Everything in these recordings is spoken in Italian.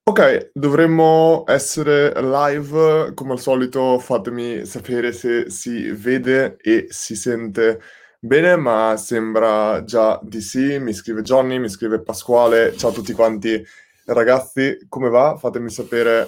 Ok, dovremmo essere live. Come al solito, fatemi sapere se si vede e si sente bene, ma sembra già di sì. Mi scrive Johnny, mi scrive Pasquale. Ciao a tutti quanti ragazzi, come va? Fatemi sapere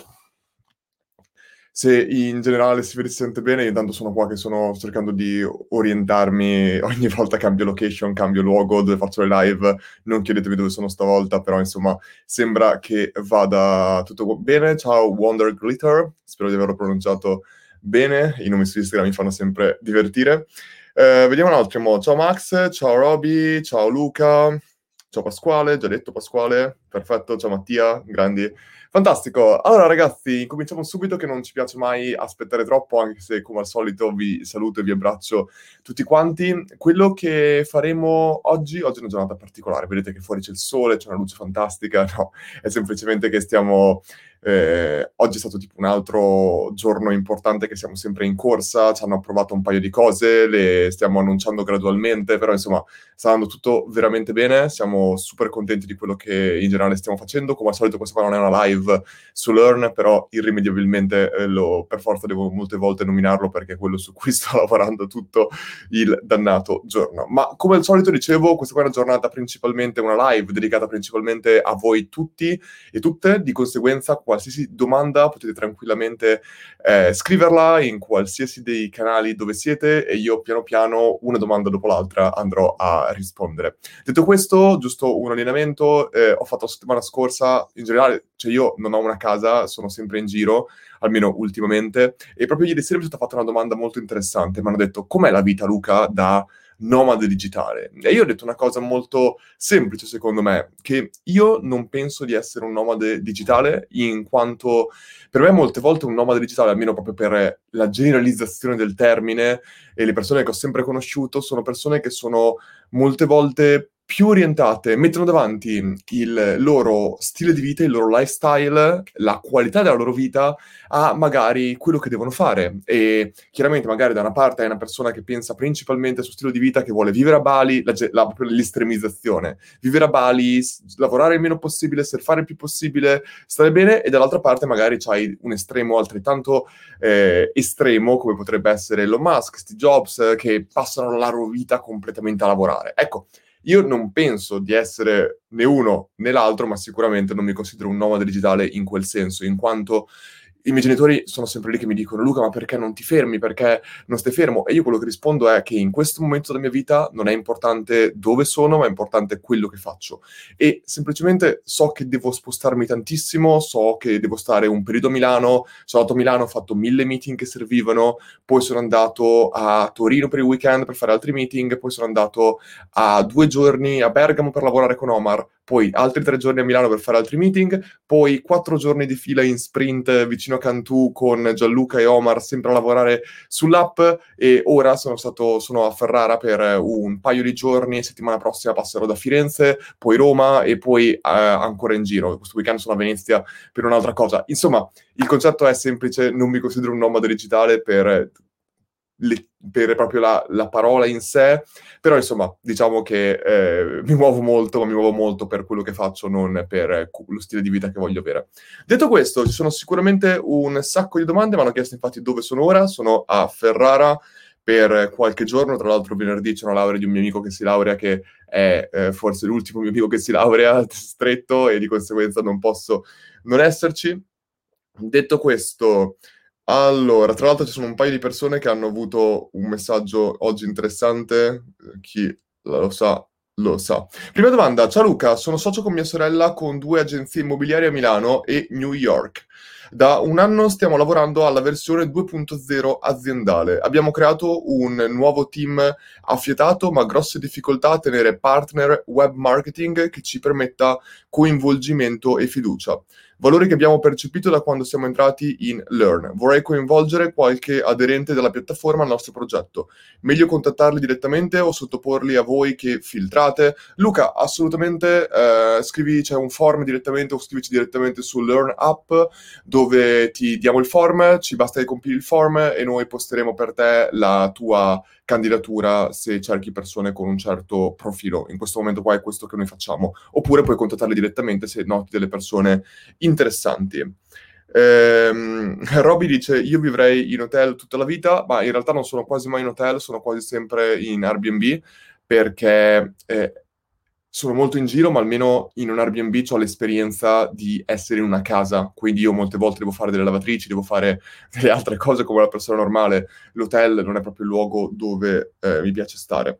se in generale si vede e si sente bene. Io intanto sono qua che sto cercando di orientarmi. Ogni volta cambio location, cambio luogo dove faccio le live. Non chiedetevi dove sono stavolta, però insomma sembra che vada tutto bene. Ciao Wonder Glitter, spero di averlo pronunciato bene. I nomi su Instagram mi fanno sempre divertire. Vediamo un altro mo'. Ciao Max, ciao Roby, ciao Luca, ciao Pasquale, già detto Pasquale, perfetto, ciao Mattia, grandi. Fantastico. Allora, ragazzi, cominciamo subito che non ci piace mai aspettare troppo, anche se come al solito vi saluto e vi abbraccio tutti quanti. Quello che faremo oggi è una giornata particolare. Vedete che fuori c'è il sole, c'è una luce fantastica. No, è semplicemente che stiamo. Oggi è stato tipo un altro giorno importante che siamo sempre in corsa, ci hanno approvato un paio di cose, le stiamo annunciando gradualmente, però insomma sta andando tutto veramente bene, siamo super contenti di quello che in generale stiamo facendo. Come al solito questa qua non è una live su Learn, però irrimediabilmente per forza devo molte volte nominarlo perché è quello su cui sto lavorando tutto il dannato giorno. Ma come al solito dicevo, questa qua è una giornata principalmente, una live dedicata principalmente a voi tutti e tutte, di conseguenza qualsiasi domanda potete tranquillamente scriverla in qualsiasi dei canali dove siete e io piano piano, una domanda dopo l'altra, andrò a rispondere. Detto questo, giusto un allineamento, ho fatto la settimana scorsa, in generale, cioè io non ho una casa, sono sempre in giro, almeno ultimamente, e proprio ieri sera mi è stata fatta una domanda molto interessante, mi hanno detto, com'è la vita, Luca, da nomade digitale? E io ho detto una cosa molto semplice, secondo me, che io non penso di essere un nomade digitale, in quanto per me molte volte un nomade digitale, almeno proprio per la generalizzazione del termine, e le persone che ho sempre conosciuto sono persone che sono molte volte più orientate, mettono davanti il loro stile di vita, il loro lifestyle, la qualità della loro vita a magari quello che devono fare. E chiaramente magari da una parte è una persona che pensa principalmente sul stile di vita, che vuole vivere a Bali, proprio l'estremizzazione, vivere a Bali, lavorare il meno possibile, surfare il più possibile, stare bene, e dall'altra parte magari c'hai un estremo altrettanto estremo, come potrebbe essere Elon Musk, Steve Jobs, che passano la loro vita completamente a lavorare. Ecco, io non penso di essere né uno né l'altro, ma sicuramente non mi considero un nomade digitale in quel senso, in quanto i miei genitori sono sempre lì che mi dicono: Luca, ma perché non ti fermi? Perché non stai fermo? E io quello che rispondo è che in questo momento della mia vita non è importante dove sono, ma è importante quello che faccio. E semplicemente so che devo spostarmi tantissimo, so che devo stare un periodo a Milano, sono andato a Milano, ho fatto 1000 meeting che servivano, poi sono andato a Torino per il weekend per fare altri meeting, poi sono andato a 2 giorni a Bergamo per lavorare con Omar, poi altri 3 giorni a Milano per fare altri meeting, poi 4 giorni di fila in sprint vicino a Cantù con Gianluca e Omar sempre a lavorare sull'app, e ora sono a Ferrara per un paio di giorni e settimana prossima passerò da Firenze, poi Roma e poi ancora in giro. Questo weekend sono a Venezia per un'altra cosa. Insomma, il concetto è semplice, non mi considero un nomade digitale per proprio la parola in sé, però insomma diciamo che mi muovo molto, ma mi muovo molto per quello che faccio, non per lo stile di vita che voglio avere. Detto questo, ci sono sicuramente un sacco di domande, mi hanno chiesto infatti dove sono ora, sono a Ferrara per qualche giorno, tra l'altro venerdì c'è una laurea di un mio amico che si laurea, che è forse l'ultimo mio amico che si laurea stretto, e di conseguenza non posso non esserci. Detto questo, allora, tra l'altro ci sono un paio di persone che hanno avuto un messaggio oggi interessante, chi lo sa, lo sa. Prima domanda, ciao Luca, sono socio con mia sorella con 2 agenzie immobiliari a Milano e New York. Da un anno stiamo lavorando alla versione 2.0 aziendale. Abbiamo creato un nuovo team affiatato, ma grosse difficoltà a tenere partner web marketing che ci permetta coinvolgimento e fiducia. Valori che abbiamo percepito da quando siamo entrati in Learn. Vorrei coinvolgere qualche aderente della piattaforma al nostro progetto. Meglio contattarli direttamente o sottoporli a voi che filtrate? Luca, assolutamente, scrivi, c'è un form direttamente o scrivici direttamente su Learn App, dove ti diamo il form, ci basta che compili il form e noi posteremo per te la tua candidatura se cerchi persone con un certo profilo. In questo momento qua è questo che noi facciamo. Oppure puoi contattarle direttamente se noti delle persone interessanti. Roby dice: Io vivrei in hotel tutta la vita, ma in realtà non sono quasi mai in hotel, sono quasi sempre in Airbnb perché sono molto in giro, ma almeno in un Airbnb ho l'esperienza di essere in una casa. Quindi io molte volte devo fare delle lavatrici, devo fare delle altre cose come una persona normale. L'hotel non è proprio il luogo dove mi piace stare.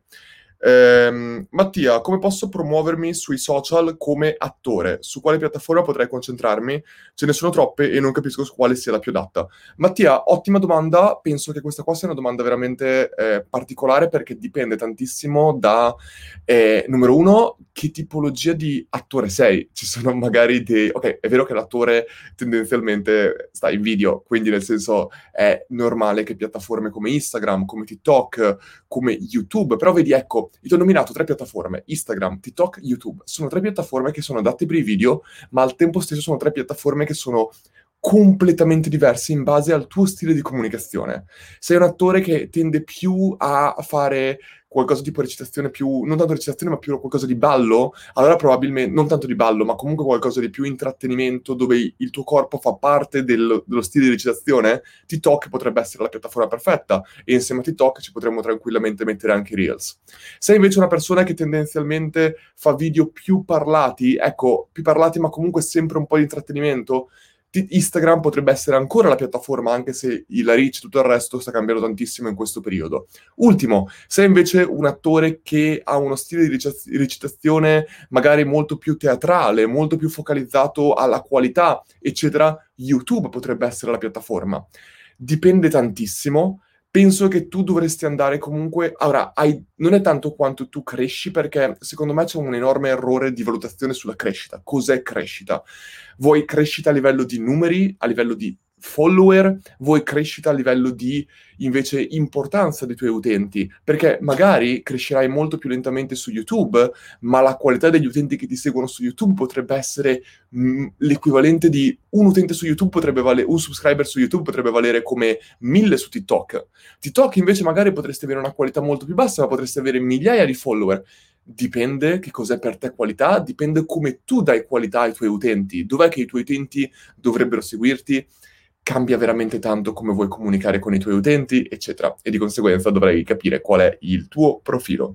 Mattia, come posso promuovermi sui social come attore? Su quale piattaforma potrei concentrarmi? Ce ne sono troppe e non capisco su quale sia la più adatta. Mattia, ottima domanda. Penso che questa qua sia una domanda veramente particolare perché dipende tantissimo da, numero uno, che tipologia di attore sei. Ci sono magari dei... Ok, è vero che l'attore tendenzialmente sta in video, quindi nel senso è normale che piattaforme come Instagram, come TikTok, come YouTube, però vedi, ecco, ti ho nominato tre piattaforme, Instagram, TikTok, YouTube. Sono tre piattaforme che sono adatte per i video, ma al tempo stesso sono tre piattaforme che sono completamente diverse in base al tuo stile di comunicazione. Sei un attore che tende più a fare qualcosa tipo recitazione più, non tanto recitazione, ma più qualcosa di ballo, allora probabilmente, non tanto di ballo, ma comunque qualcosa di più intrattenimento, dove il tuo corpo fa parte dello stile di recitazione, TikTok potrebbe essere la piattaforma perfetta, e insieme a TikTok ci potremmo tranquillamente mettere anche i Reels. Se invece una persona che tendenzialmente fa video più parlati, ecco, più parlati ma comunque sempre un po' di intrattenimento, Instagram potrebbe essere ancora la piattaforma, anche se la reach e tutto il resto sta cambiando tantissimo in questo periodo. Ultimo, se invece un attore che ha uno stile di recitazione magari molto più teatrale, molto più focalizzato alla qualità, eccetera, YouTube potrebbe essere la piattaforma. Dipende tantissimo. Penso che tu dovresti andare comunque... Ora, non è tanto quanto tu cresci, perché secondo me c'è un enorme errore di valutazione sulla crescita. Cos'è crescita? Vuoi crescita a livello di numeri, a livello di follower? Vuoi crescita a livello di, invece, importanza dei tuoi utenti? Perché magari crescerai molto più lentamente su YouTube, ma la qualità degli utenti che ti seguono su YouTube potrebbe essere l'equivalente di un utente su YouTube potrebbe valere, un subscriber su YouTube potrebbe valere come 1000 su TikTok. TikTok invece magari potresti avere una qualità molto più bassa, ma potresti avere migliaia di follower. Dipende che cos'è per te qualità, dipende come tu dai qualità ai tuoi utenti, dov'è che i tuoi utenti dovrebbero seguirti, cambia veramente tanto come vuoi comunicare con i tuoi utenti, eccetera. E di conseguenza dovrai capire qual è il tuo profilo.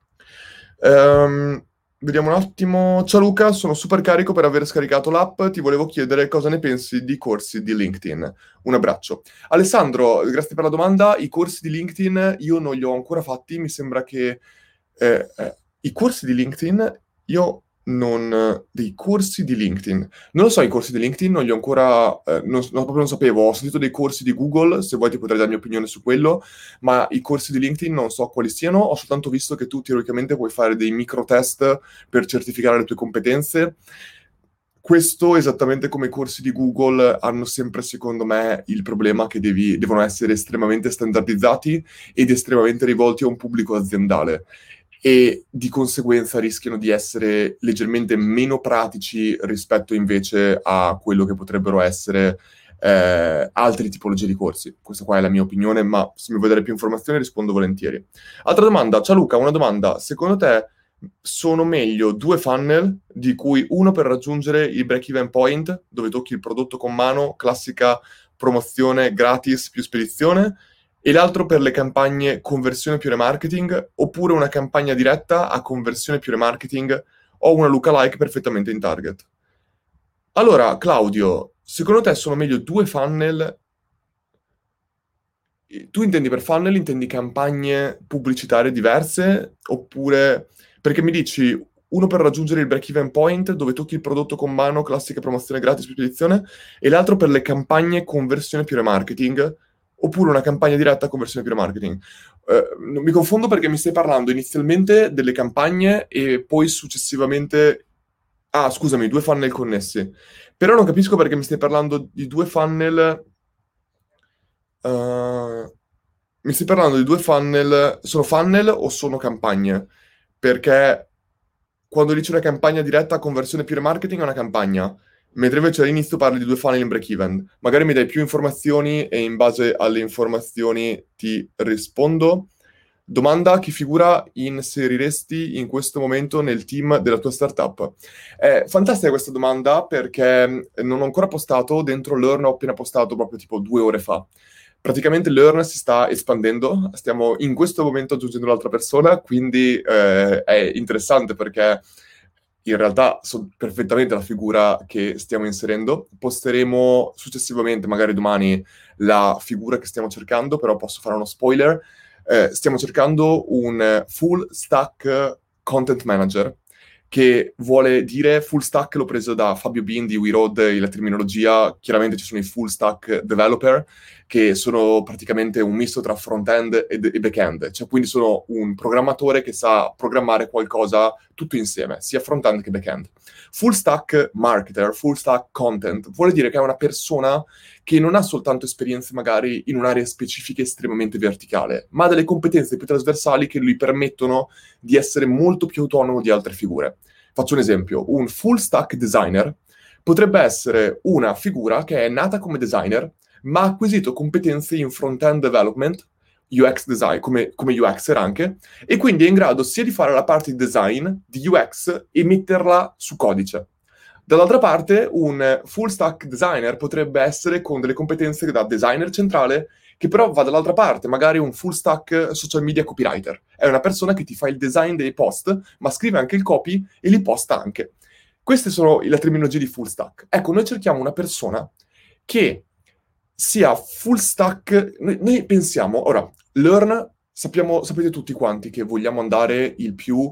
Vediamo un attimo. Ciao Luca, sono super carico per aver scaricato l'app. Ti volevo chiedere cosa ne pensi di corsi di LinkedIn. Un abbraccio. Alessandro, grazie per la domanda. I corsi di LinkedIn io non li ho ancora fatti. Mi sembra che i corsi di LinkedIn io non... dei corsi di LinkedIn. Non lo so, i corsi di LinkedIn non li ho ancora... proprio non sapevo. Ho sentito dei corsi di Google, se vuoi ti potrei dare la mia opinione su quello, ma i corsi di LinkedIn non so quali siano. Ho soltanto visto che tu teoricamente puoi fare dei micro test per certificare le tue competenze. Questo, esattamente come i corsi di Google, hanno sempre, secondo me, il problema che devono essere estremamente standardizzati ed estremamente rivolti a un pubblico aziendale e di conseguenza rischiano di essere leggermente meno pratici rispetto invece a quello che potrebbero essere altre tipologie di corsi. Questa qua è la mia opinione, ma se mi vuoi dare più informazioni rispondo volentieri. Altra domanda, ciao Luca, una domanda. Secondo te sono meglio due funnel, di cui uno per raggiungere il break-even point, dove tocchi il prodotto con mano, classica promozione gratis più spedizione, e l'altro per le campagne conversione più remarketing, oppure una campagna diretta a conversione più remarketing o una lookalike perfettamente in target? Allora, Claudio, secondo te sono meglio due funnel? Tu intendi per funnel, intendi campagne pubblicitarie diverse? Oppure, perché mi dici, uno per raggiungere il break-even point, dove tocchi il prodotto con mano, classica promozione gratis più spedizione, e l'altro per le campagne conversione più remarketing, oppure una campagna diretta a conversione più remarketing? Non mi confondo perché mi stai parlando inizialmente delle campagne e poi successivamente... Ah, scusami, due funnel connessi. Però non capisco perché mi stai parlando di due funnel... mi stai parlando di due funnel, sono funnel o sono campagne? Perché quando dici una campagna diretta a conversione più remarketing è una campagna, Mentre invece all'inizio parli di 2 funnel in break-even. Magari mi dai più informazioni e in base alle informazioni ti rispondo. Domanda: che figura inseriresti in questo momento nel team della tua startup? È fantastica questa domanda perché non ho ancora postato, dentro Learn ho appena postato proprio tipo 2 ore fa. Praticamente Learn si sta espandendo, stiamo in questo momento aggiungendo un'altra persona, quindi è interessante perché in realtà so perfettamente la figura che stiamo inserendo. Posteremo successivamente, magari domani, la figura che stiamo cercando, però posso fare uno spoiler. Stiamo cercando un full stack content manager, che vuole dire full stack, l'ho preso da Fabio Bin di We Road, la terminologia. Chiaramente ci sono i full stack developer, che sono praticamente un misto tra front-end e back-end, cioè quindi sono un programmatore che sa programmare qualcosa tutto insieme, sia front-end che back-end. Full stack marketer, full stack content, vuole dire che è una persona che non ha soltanto esperienze magari in un'area specifica estremamente verticale, ma ha delle competenze più trasversali che gli permettono di essere molto più autonomo di altre figure. Faccio un esempio: un full stack designer potrebbe essere una figura che è nata come designer, ma ha acquisito competenze in front-end development, UX design, come UXer anche, e quindi è in grado sia di fare la parte di design, di UX, e metterla su codice. Dall'altra parte, un full stack designer potrebbe essere con delle competenze da designer centrale, che però va dall'altra parte, magari un full stack social media copywriter. È una persona che ti fa il design dei post, ma scrive anche il copy e li posta anche. Queste sono le terminologie di full stack. Ecco, noi cerchiamo una persona che sia full stack. Noi pensiamo, ora, Learn, sapete tutti quanti che vogliamo andare il più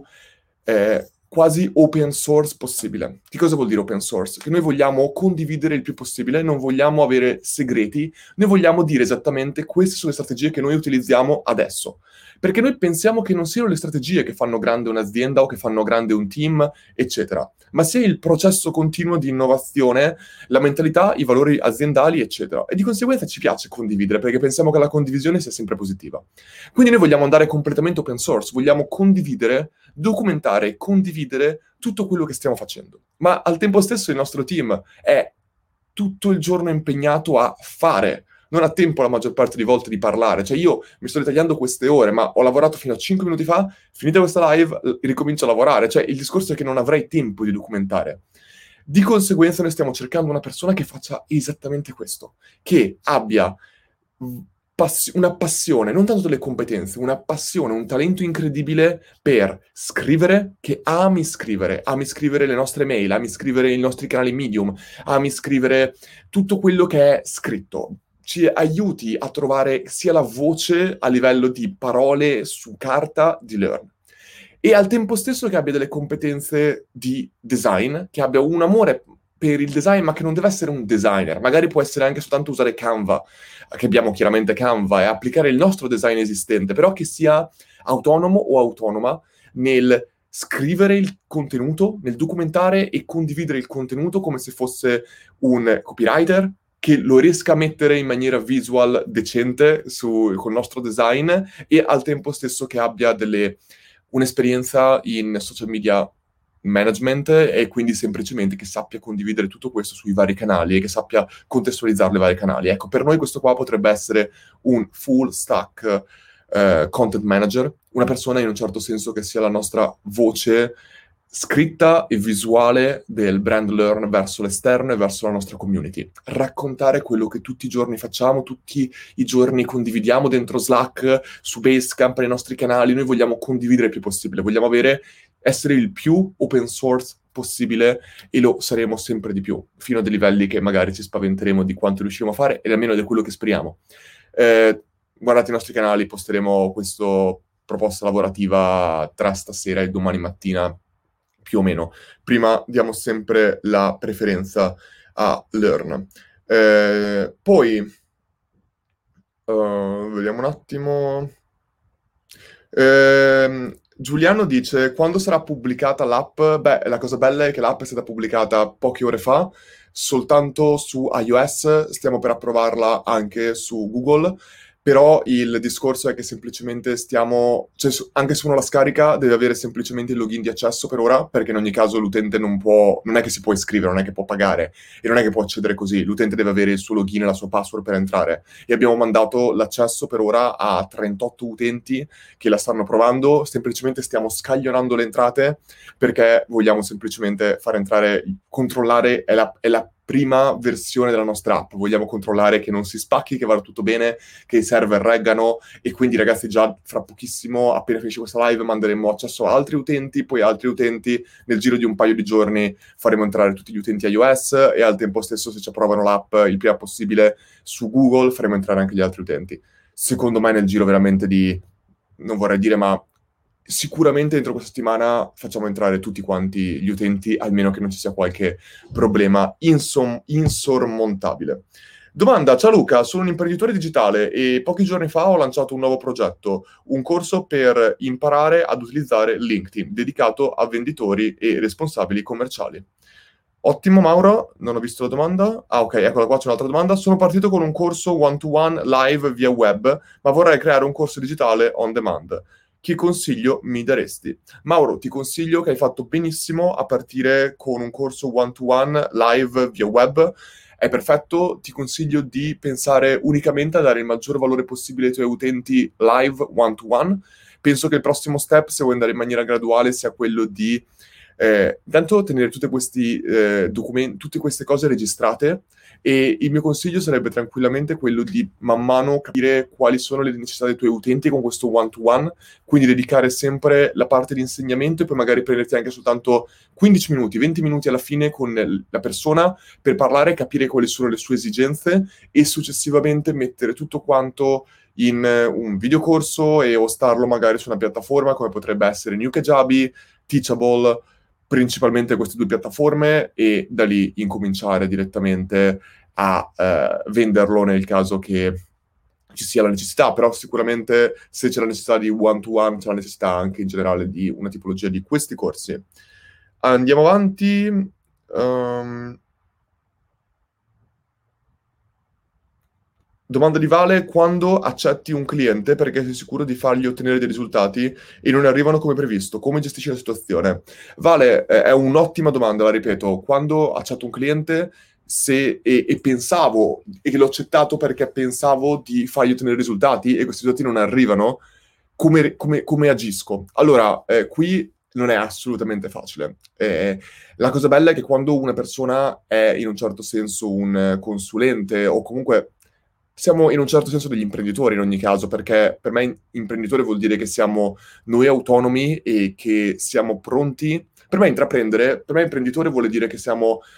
quasi open source possibile. Che cosa vuol dire open source? Che noi vogliamo condividere il più possibile, non vogliamo avere segreti, noi vogliamo dire esattamente queste sono le strategie che noi utilizziamo adesso. Perché noi pensiamo che non siano le strategie che fanno grande un'azienda o che fanno grande un team, eccetera, ma sia il processo continuo di innovazione, la mentalità, i valori aziendali, eccetera. E di conseguenza ci piace condividere, perché pensiamo che la condivisione sia sempre positiva. Quindi noi vogliamo andare completamente open source, vogliamo condividere, documentare e condividere tutto quello che stiamo facendo. Ma al tempo stesso il nostro team è tutto il giorno impegnato a fare. Non ha tempo la maggior parte delle volte di parlare. Cioè io mi sto ritagliando queste ore, ma ho lavorato fino a 5 minuti fa, finita questa live, ricomincio a lavorare. Cioè il discorso è che non avrei tempo di documentare. Di conseguenza noi stiamo cercando una persona che faccia esattamente questo, che abbia una passione, non tanto delle competenze, una passione, un talento incredibile per scrivere, che ami scrivere le nostre mail, ami scrivere i nostri canali Medium, ami scrivere tutto quello che è scritto. Ci aiuti a trovare sia la voce a livello di parole su carta di Learn, e al tempo stesso che abbia delle competenze di design, che abbia un amore per il design, ma che non deve essere un designer. Magari può essere anche soltanto usare Canva, che abbiamo chiaramente Canva, e applicare il nostro design esistente, però che sia autonomo o autonoma nel scrivere il contenuto, nel documentare e condividere il contenuto come se fosse un copywriter, che lo riesca a mettere in maniera visual decente col nostro design, e al tempo stesso che abbia un'esperienza in social media management, e quindi semplicemente che sappia condividere tutto questo sui vari canali e che sappia contestualizzare i vari canali. Ecco, per noi questo qua potrebbe essere un full stack content manager, una persona in un certo senso che sia la nostra voce scritta e visuale del brand Learn verso l'esterno e verso la nostra community. Raccontare quello che tutti i giorni facciamo, tutti i giorni condividiamo dentro Slack, su Basecamp, nei nostri canali. Noi vogliamo condividere il più possibile, vogliamo essere il più open source possibile, e lo saremo sempre di più, fino a dei livelli che magari ci spaventeremo di quanto riusciremo a fare, ed almeno di quello che speriamo. Guardate i nostri canali, posteremo questa proposta lavorativa tra stasera e domani mattina, più o meno. Prima diamo sempre la preferenza a Learn. Poi, vediamo un attimo. Giuliano dice: quando sarà pubblicata l'app? Beh, la cosa bella è che l'app è stata pubblicata poche ore fa, soltanto su iOS, stiamo per approvarla anche su Google. Però il discorso è che semplicemente stiamo, cioè anche se uno la scarica deve avere semplicemente il login di accesso per ora, perché in ogni caso l'utente non può, non è che si può iscrivere, non è che può pagare e non è che può accedere così, l'utente deve avere il suo login e la sua password per entrare e abbiamo mandato l'accesso per ora a 38 utenti che la stanno provando, semplicemente stiamo scaglionando le entrate perché vogliamo semplicemente far entrare, controllare, è la prima versione della nostra app, vogliamo controllare che non si spacchi, che vada tutto bene, che i server reggano e quindi ragazzi già fra pochissimo, appena finisce questa live, manderemo accesso a altri utenti, poi altri utenti, nel giro di un paio di giorni faremo entrare tutti gli utenti iOS e al tempo stesso se ci approvano l'app il prima possibile su Google faremo entrare anche gli altri utenti. Secondo me nel giro veramente di, non vorrei dire, ma sicuramente entro questa settimana facciamo entrare tutti quanti gli utenti, almeno che non ci sia qualche problema insormontabile. Domanda, ciao Luca, sono un imprenditore digitale e pochi giorni fa ho lanciato un nuovo progetto, un corso per imparare ad utilizzare LinkedIn, dedicato a venditori e responsabili commerciali. Ottimo Mauro, non ho visto la domanda. Ah ok, eccola qua, c'è un'altra domanda. Sono partito con un corso one-to-one live via web, ma vorrei creare un corso digitale on demand. Che consiglio mi daresti? Mauro, ti consiglio che hai fatto benissimo a partire con un corso one-to-one live via web. È perfetto, ti consiglio di pensare unicamente a dare il maggior valore possibile ai tuoi utenti live one-to-one. Penso che il prossimo step, se vuoi andare in maniera graduale, sia quello di intanto tenere tutti questi documenti, tutte queste cose registrate e il mio consiglio sarebbe tranquillamente quello di man mano capire quali sono le necessità dei tuoi utenti con questo one-to-one, quindi dedicare sempre la parte di insegnamento e poi magari prenderti anche soltanto 15 minuti, 20 minuti alla fine con la persona per parlare, capire quali sono le sue esigenze e successivamente mettere tutto quanto in un videocorso e ostarlo magari su una piattaforma come potrebbe essere New Kajabi, Teachable, principalmente queste due piattaforme e da lì incominciare direttamente a venderlo nel caso che ci sia la necessità, però sicuramente se c'è la necessità di one-to-one, c'è la necessità anche in generale di una tipologia di questi corsi. Andiamo avanti. Domanda di Vale, quando accetti un cliente perché sei sicuro di fargli ottenere dei risultati e non arrivano come previsto, come gestisci la situazione? Vale, è un'ottima domanda, la ripeto. Quando accetto un cliente e pensavo, e che l'ho accettato perché pensavo di fargli ottenere risultati e questi risultati non arrivano, come agisco? Allora, qui non è assolutamente facile. La cosa bella è che quando una persona è in un certo senso un consulente o comunque siamo in un certo senso degli imprenditori in ogni caso, perché per me imprenditore vuol dire che siamo noi autonomi e che siamo pronti. Per me intraprendere, per me imprenditore vuole dire che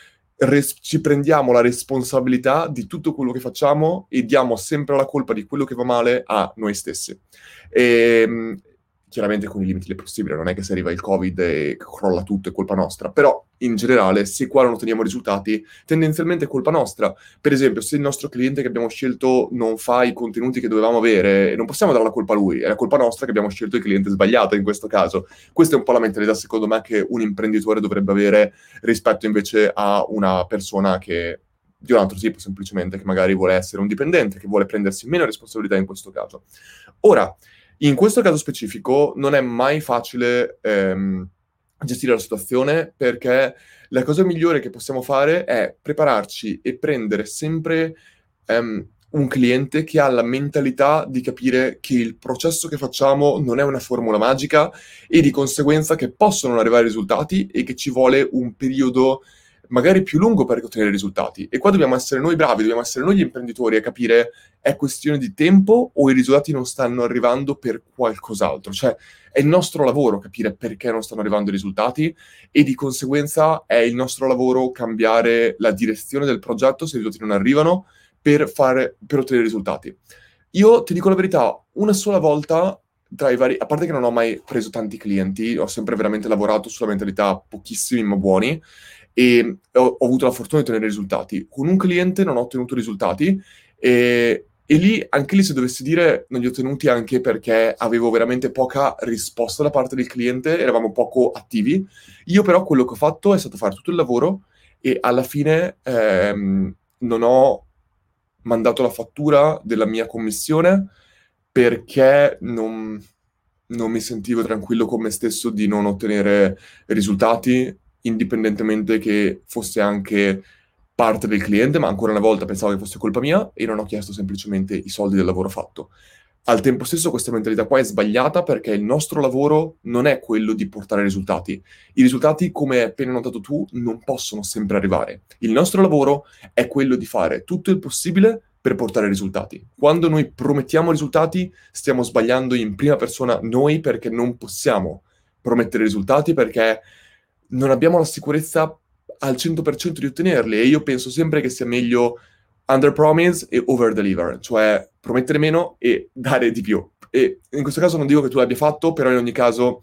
ci prendiamo la responsabilità di tutto quello che facciamo e diamo sempre la colpa di quello che va male a noi stessi. E, chiaramente con i limiti del possibile, non è che se arriva il Covid e crolla tutto è colpa nostra, però in generale se qua non otteniamo risultati, tendenzialmente è colpa nostra. Per esempio, se il nostro cliente che abbiamo scelto non fa i contenuti che dovevamo avere, non possiamo dare la colpa a lui, è la colpa nostra che abbiamo scelto il cliente sbagliato in questo caso. Questa è un po' la mentalità, secondo me, che un imprenditore dovrebbe avere rispetto invece a una persona che di un altro tipo, semplicemente, che magari vuole essere un dipendente, che vuole prendersi meno responsabilità in questo caso. Ora, in questo caso specifico non è mai facile gestire la situazione perché la cosa migliore che possiamo fare è prepararci e prendere sempre un cliente che ha la mentalità di capire che il processo che facciamo non è una formula magica e di conseguenza che possono non arrivare risultati e che ci vuole un periodo magari più lungo per ottenere risultati. E qua dobbiamo essere noi bravi, dobbiamo essere noi gli imprenditori a capire è questione di tempo o i risultati non stanno arrivando per qualcos'altro. Cioè, è il nostro lavoro capire perché non stanno arrivando i risultati e di conseguenza è il nostro lavoro cambiare la direzione del progetto se i risultati non arrivano per ottenere risultati. Io ti dico la verità, una sola volta tra i vari, a parte che non ho mai preso tanti clienti, ho sempre veramente lavorato sulla mentalità pochissimi ma buoni e ho avuto la fortuna di ottenere risultati. Con un cliente non ho ottenuto risultati e lì, anche lì, se dovessi dire, non li ho ottenuti anche perché avevo veramente poca risposta da parte del cliente, eravamo poco attivi. Io però quello che ho fatto è stato fare tutto il lavoro e alla fine non ho mandato la fattura della mia commissione perché non mi sentivo tranquillo con me stesso di non ottenere risultati, indipendentemente che fosse anche parte del cliente, ma ancora una volta pensavo che fosse colpa mia e non ho chiesto semplicemente i soldi del lavoro fatto. Al tempo stesso questa mentalità qua è sbagliata perché il nostro lavoro non è quello di portare risultati. I risultati, come hai appena notato tu, non possono sempre arrivare. Il nostro lavoro è quello di fare tutto il possibile per portare risultati. Quando noi promettiamo risultati, stiamo sbagliando in prima persona noi perché non possiamo promettere risultati perché non abbiamo la sicurezza al 100% di ottenerli e io penso sempre che sia meglio under promise e over deliver, cioè promettere meno e dare di più. E in questo caso non dico che tu l'abbia fatto, però in ogni caso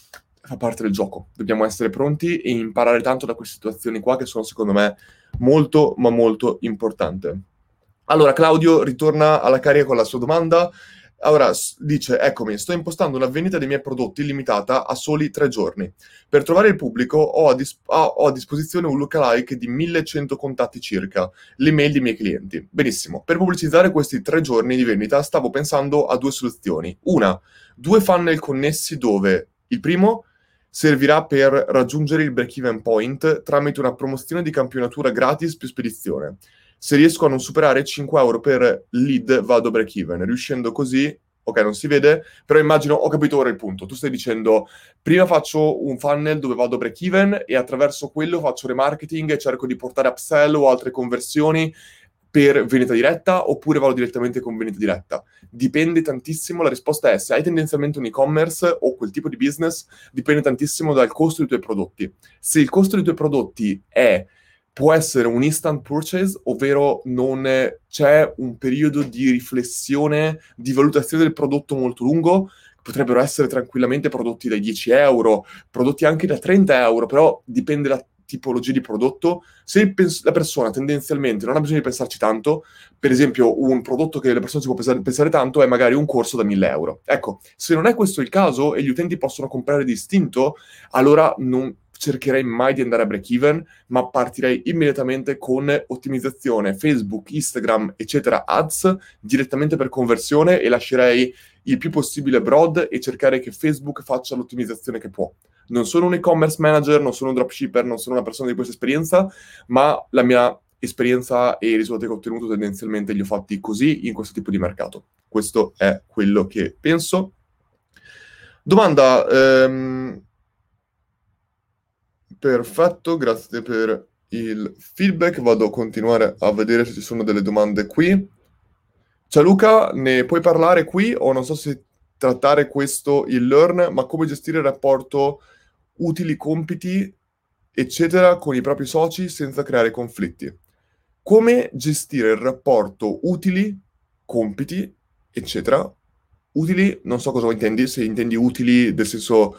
fa parte del gioco. Dobbiamo essere pronti e imparare tanto da queste situazioni qua che sono secondo me molto ma molto importanti. Allora, Claudio ritorna alla carica con la sua domanda. Ora dice: Eccomi, sto impostando una vendita dei miei prodotti limitata a soli 3 giorni. Per trovare il pubblico ho a disposizione un lookalike di 1100 contatti circa, le mail dei miei clienti. Benissimo. Per pubblicizzare questi 3 giorni di vendita stavo pensando a due soluzioni. Una, due funnel connessi dove il primo servirà per raggiungere il break-even point tramite una promozione di campionatura gratis più spedizione. Se riesco a non superare 5 euro per lead vado break even, riuscendo così, ok non si vede, però immagino, ho capito ora il punto, tu stai dicendo prima faccio un funnel dove vado break even e attraverso quello faccio remarketing e cerco di portare upsell o altre conversioni per vendita diretta oppure vado direttamente con vendita diretta. Dipende tantissimo, la risposta è se hai tendenzialmente un e-commerce o quel tipo di business, dipende tantissimo dal costo dei tuoi prodotti. Se il costo dei tuoi prodotti può essere un instant purchase, ovvero non c'è un periodo di riflessione, di valutazione del prodotto molto lungo, potrebbero essere tranquillamente prodotti da 10 euro, prodotti anche da 30 euro, però dipende da tipologia di prodotto. Se la persona tendenzialmente non ha bisogno di pensarci tanto, per esempio un prodotto che la persona si può pensare tanto è magari un corso da 1000 euro. Ecco, se non è questo il caso e gli utenti possono comprare distinto, allora non cercherei mai di andare a break even, ma partirei immediatamente con ottimizzazione Facebook, Instagram, eccetera, ads direttamente per conversione e lascerei il più possibile broad e cercare che Facebook faccia l'ottimizzazione che può. Non sono un e-commerce manager, non sono un dropshipper, non sono una persona di questa esperienza, ma la mia esperienza e i risultati che ho ottenuto tendenzialmente li ho fatti così in questo tipo di mercato. Questo è quello che penso. Domanda, perfetto, grazie per il feedback. Vado a continuare a vedere se ci sono delle domande qui. Ciao Luca, ne puoi parlare qui o non so se trattare questo il learn, ma come gestire il rapporto utili compiti, eccetera, con i propri soci senza creare conflitti. Come gestire il rapporto utili, compiti, eccetera. Utili, non so cosa intendi, se intendi utili nel senso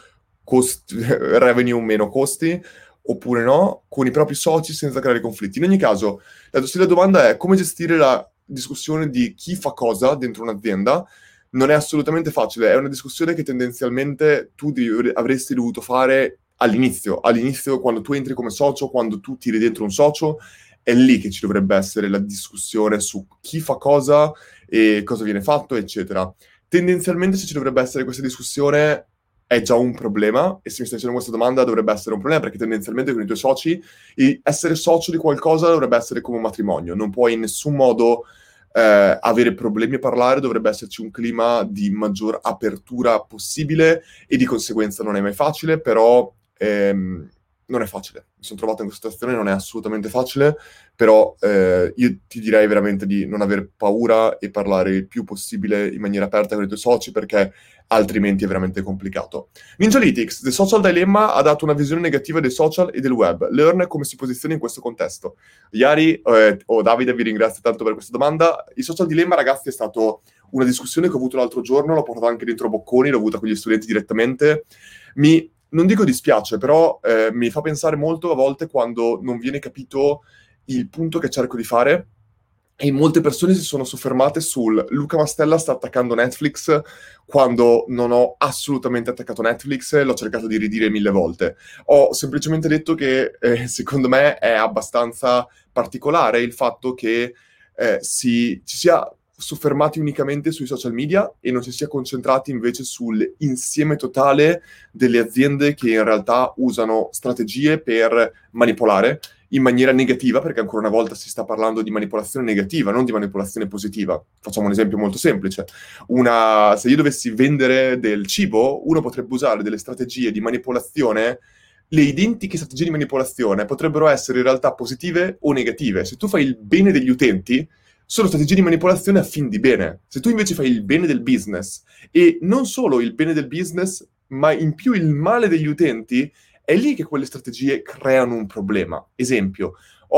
revenue meno costi, oppure no, con i propri soci senza creare conflitti. In ogni caso, se la domanda è come gestire la discussione di chi fa cosa dentro un'azienda, non è assolutamente facile, è una discussione che tendenzialmente avresti dovuto fare all'inizio quando tu entri come socio, quando tu tiri dentro un socio, è lì che ci dovrebbe essere la discussione su chi fa cosa e cosa viene fatto, eccetera. Tendenzialmente se ci dovrebbe essere questa discussione è già un problema e se mi stai facendo questa domanda dovrebbe essere un problema perché tendenzialmente con i tuoi soci essere socio di qualcosa dovrebbe essere come un matrimonio, non puoi in nessun modo avere problemi a parlare, dovrebbe esserci un clima di maggior apertura possibile e di conseguenza non è mai facile, però non è facile. Mi sono trovato in questa situazione, non è assolutamente facile, però io ti direi veramente di non aver paura e parlare il più possibile in maniera aperta con i tuoi soci perché altrimenti è veramente complicato. Ninjalytics, The Social Dilemma ha dato una visione negativa dei social e del web. Learn come si posiziona in questo contesto. Iari, Davide, vi ringrazio tanto per questa domanda. Il Social Dilemma, ragazzi, è stato una discussione che ho avuto l'altro giorno, l'ho portata anche dentro Bocconi, l'ho avuta con gli studenti direttamente. Non dico dispiace, però mi fa pensare molto a volte quando non viene capito il punto che cerco di fare e molte persone si sono soffermate sul Luca Mastella sta attaccando Netflix quando non ho assolutamente attaccato Netflix, l'ho cercato di ridire 1000 volte. Ho semplicemente detto che secondo me è abbastanza particolare il fatto che ci sia soffermati unicamente sui social media e non si sia concentrati invece sull'insieme totale delle aziende che in realtà usano strategie per manipolare in maniera negativa, perché ancora una volta si sta parlando di manipolazione negativa, non di manipolazione positiva. Facciamo un esempio molto semplice. Se io dovessi vendere del cibo, uno potrebbe usare delle strategie di manipolazione. Le identiche strategie di manipolazione potrebbero essere in realtà positive o negative. Se tu fai il bene degli utenti, sono strategie di manipolazione a fin di bene. Se tu invece fai il bene del business, e non solo il bene del business, ma in più il male degli utenti, è lì che quelle strategie creano un problema. Esempio,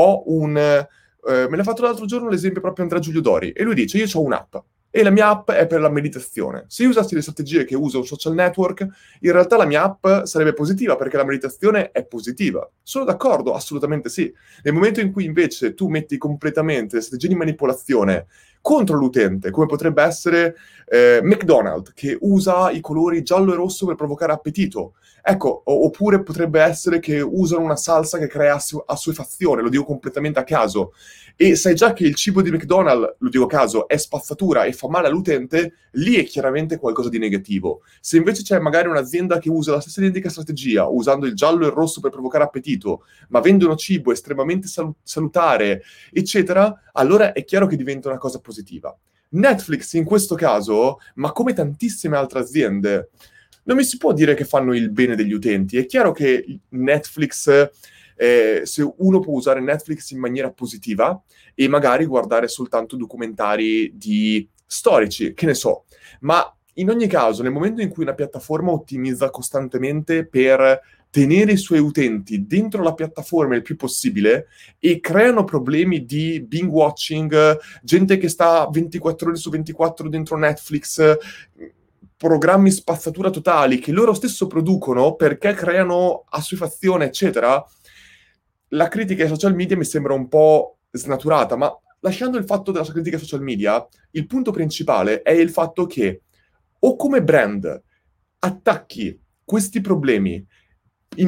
me l'ha fatto l'altro giorno l'esempio proprio Andrea Giulio Dori, e lui dice: io ho un'app, e la mia app è per la meditazione. Se io usassi le strategie che usa un social network, in realtà la mia app sarebbe positiva, perché la meditazione è positiva. Sono d'accordo? Assolutamente sì. Nel momento in cui invece tu metti completamente le strategie di manipolazione contro l'utente, come potrebbe essere McDonald's, che usa i colori giallo e rosso per provocare appetito. Ecco, oppure potrebbe essere che usano una salsa che crea assuefazione, lo dico completamente a caso. E sai già che il cibo di McDonald's, lo dico a caso, è spazzatura e fa male all'utente, lì è chiaramente qualcosa di negativo. Se invece c'è magari un'azienda che usa la stessa identica strategia, usando il giallo e il rosso per provocare appetito, ma vendono cibo estremamente salutare, eccetera, allora è chiaro che diventa una cosa positiva. Netflix in questo caso, ma come tantissime altre aziende, non mi si può dire che fanno il bene degli utenti. È chiaro che Netflix, se uno può usare Netflix in maniera positiva e magari guardare soltanto documentari di storici, che ne so, ma in ogni caso, nel momento in cui una piattaforma ottimizza costantemente per tenere i suoi utenti dentro la piattaforma il più possibile e creano problemi di binge watching, gente che sta 24 ore su 24 dentro Netflix, programmi spazzatura totali che loro stesso producono perché creano assuefazione, eccetera, la critica ai social media mi sembra un po' snaturata, ma lasciando il fatto della critica ai social media, il punto principale è il fatto che o come brand attacchi questi problemi in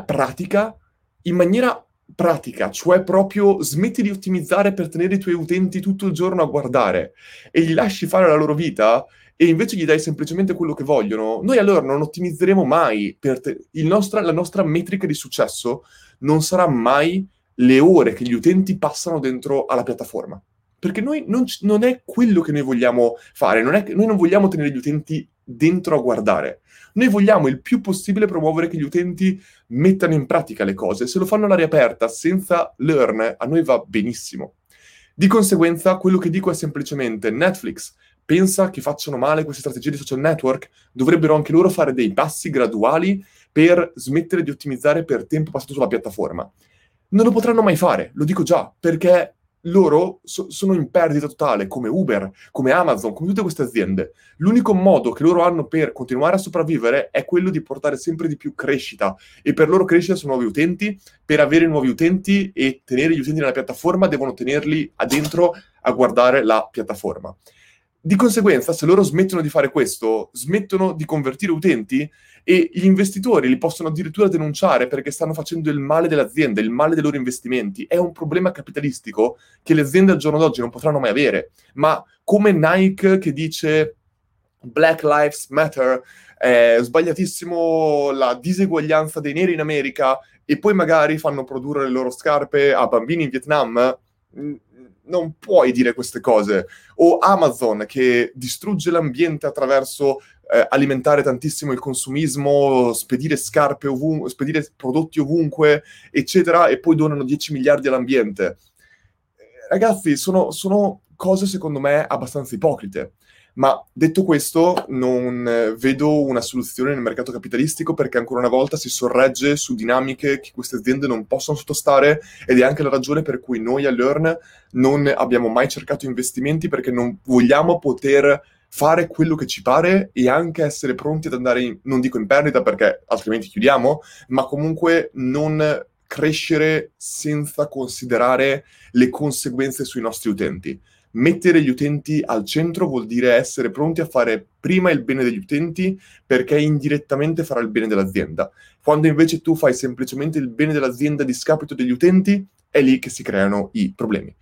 maniera pratica, cioè proprio smetti di ottimizzare per tenere i tuoi utenti tutto il giorno a guardare e gli lasci fare la loro vita e invece gli dai semplicemente quello che vogliono, noi allora non ottimizzeremo mai la nostra metrica di successo non sarà mai le ore che gli utenti passano dentro alla piattaforma. Perché noi non è quello che noi vogliamo fare, noi non vogliamo tenere gli utenti dentro a guardare. Noi vogliamo il più possibile promuovere che gli utenti mettano in pratica le cose. Se lo fanno all'aria aperta, senza learn, a noi va benissimo. Di conseguenza, quello che dico è semplicemente Netflix pensa che facciano male queste strategie di social network, dovrebbero anche loro fare dei passi graduali per smettere di ottimizzare per tempo passato sulla piattaforma. Non lo potranno mai fare, lo dico già, perché loro sono in perdita totale, come Uber, come Amazon, come tutte queste aziende. L'unico modo che loro hanno per continuare a sopravvivere è quello di portare sempre di più crescita, e per loro crescita sono nuovi utenti. Per avere nuovi utenti e tenere gli utenti nella piattaforma devono tenerli dentro a guardare la piattaforma. Di conseguenza, se loro smettono di fare questo, smettono di convertire utenti e gli investitori li possono addirittura denunciare perché stanno facendo il male dell'azienda, il male dei loro investimenti. È un problema capitalistico che le aziende al giorno d'oggi non potranno mai avere. Ma come Nike che dice Black Lives Matter, è sbagliatissimo la diseguaglianza dei neri in America e poi magari fanno produrre le loro scarpe a bambini in Vietnam, non puoi dire queste cose. O Amazon che distrugge l'ambiente attraverso alimentare tantissimo il consumismo, spedire scarpe ovunque, spedire prodotti ovunque, eccetera, e poi donano 10 miliardi all'ambiente. Ragazzi, sono cose secondo me abbastanza ipocrite. Ma detto questo, non vedo una soluzione nel mercato capitalistico perché ancora una volta si sorregge su dinamiche che queste aziende non possono sottostare, ed è anche la ragione per cui noi a Learn non abbiamo mai cercato investimenti, perché non vogliamo poter fare quello che ci pare e anche essere pronti ad andare, non dico in perdita perché altrimenti chiudiamo, ma comunque non crescere senza considerare le conseguenze sui nostri utenti. Mettere gli utenti al centro vuol dire essere pronti a fare prima il bene degli utenti, perché indirettamente farà il bene dell'azienda. Quando invece tu fai semplicemente il bene dell'azienda a discapito degli utenti, è lì che si creano i problemi.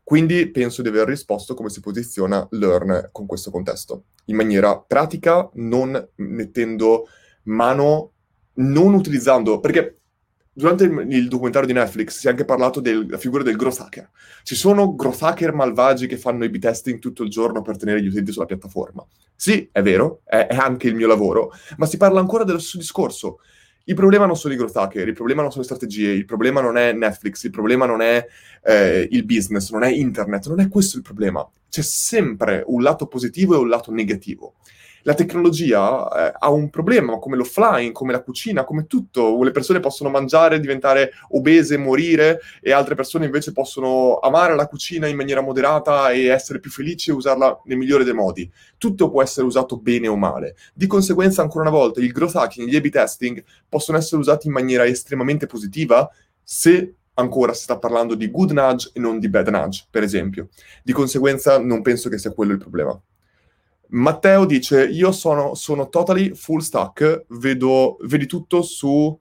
Quindi penso di aver risposto come si posiziona Learn con questo contesto, in maniera pratica, non mettendo mano, non utilizzando, perché durante il documentario di Netflix si è anche parlato della figura del growth hacker. Ci sono growth hacker malvagi che fanno i B-testing tutto il giorno per tenere gli utenti sulla piattaforma. Sì, è vero, è anche il mio lavoro, ma si parla ancora dello stesso discorso. Il problema non sono i growth hacker, il problema non sono le strategie, il problema non è Netflix, il problema non è il business, non è internet, non è questo il problema. C'è sempre un lato positivo e un lato negativo. La tecnologia ha un problema, come l'offline, come la cucina, come tutto. Le persone possono mangiare, diventare obese, morire, e altre persone invece possono amare la cucina in maniera moderata e essere più felici e usarla nel migliore dei modi. Tutto può essere usato bene o male. Di conseguenza, ancora una volta, il growth hacking, gli A/B testing possono essere usati in maniera estremamente positiva se ancora si sta parlando di good nudge e non di bad nudge, per esempio. Di conseguenza non penso che sia quello il problema. Matteo dice, io sono totally full stack, vedi tutto su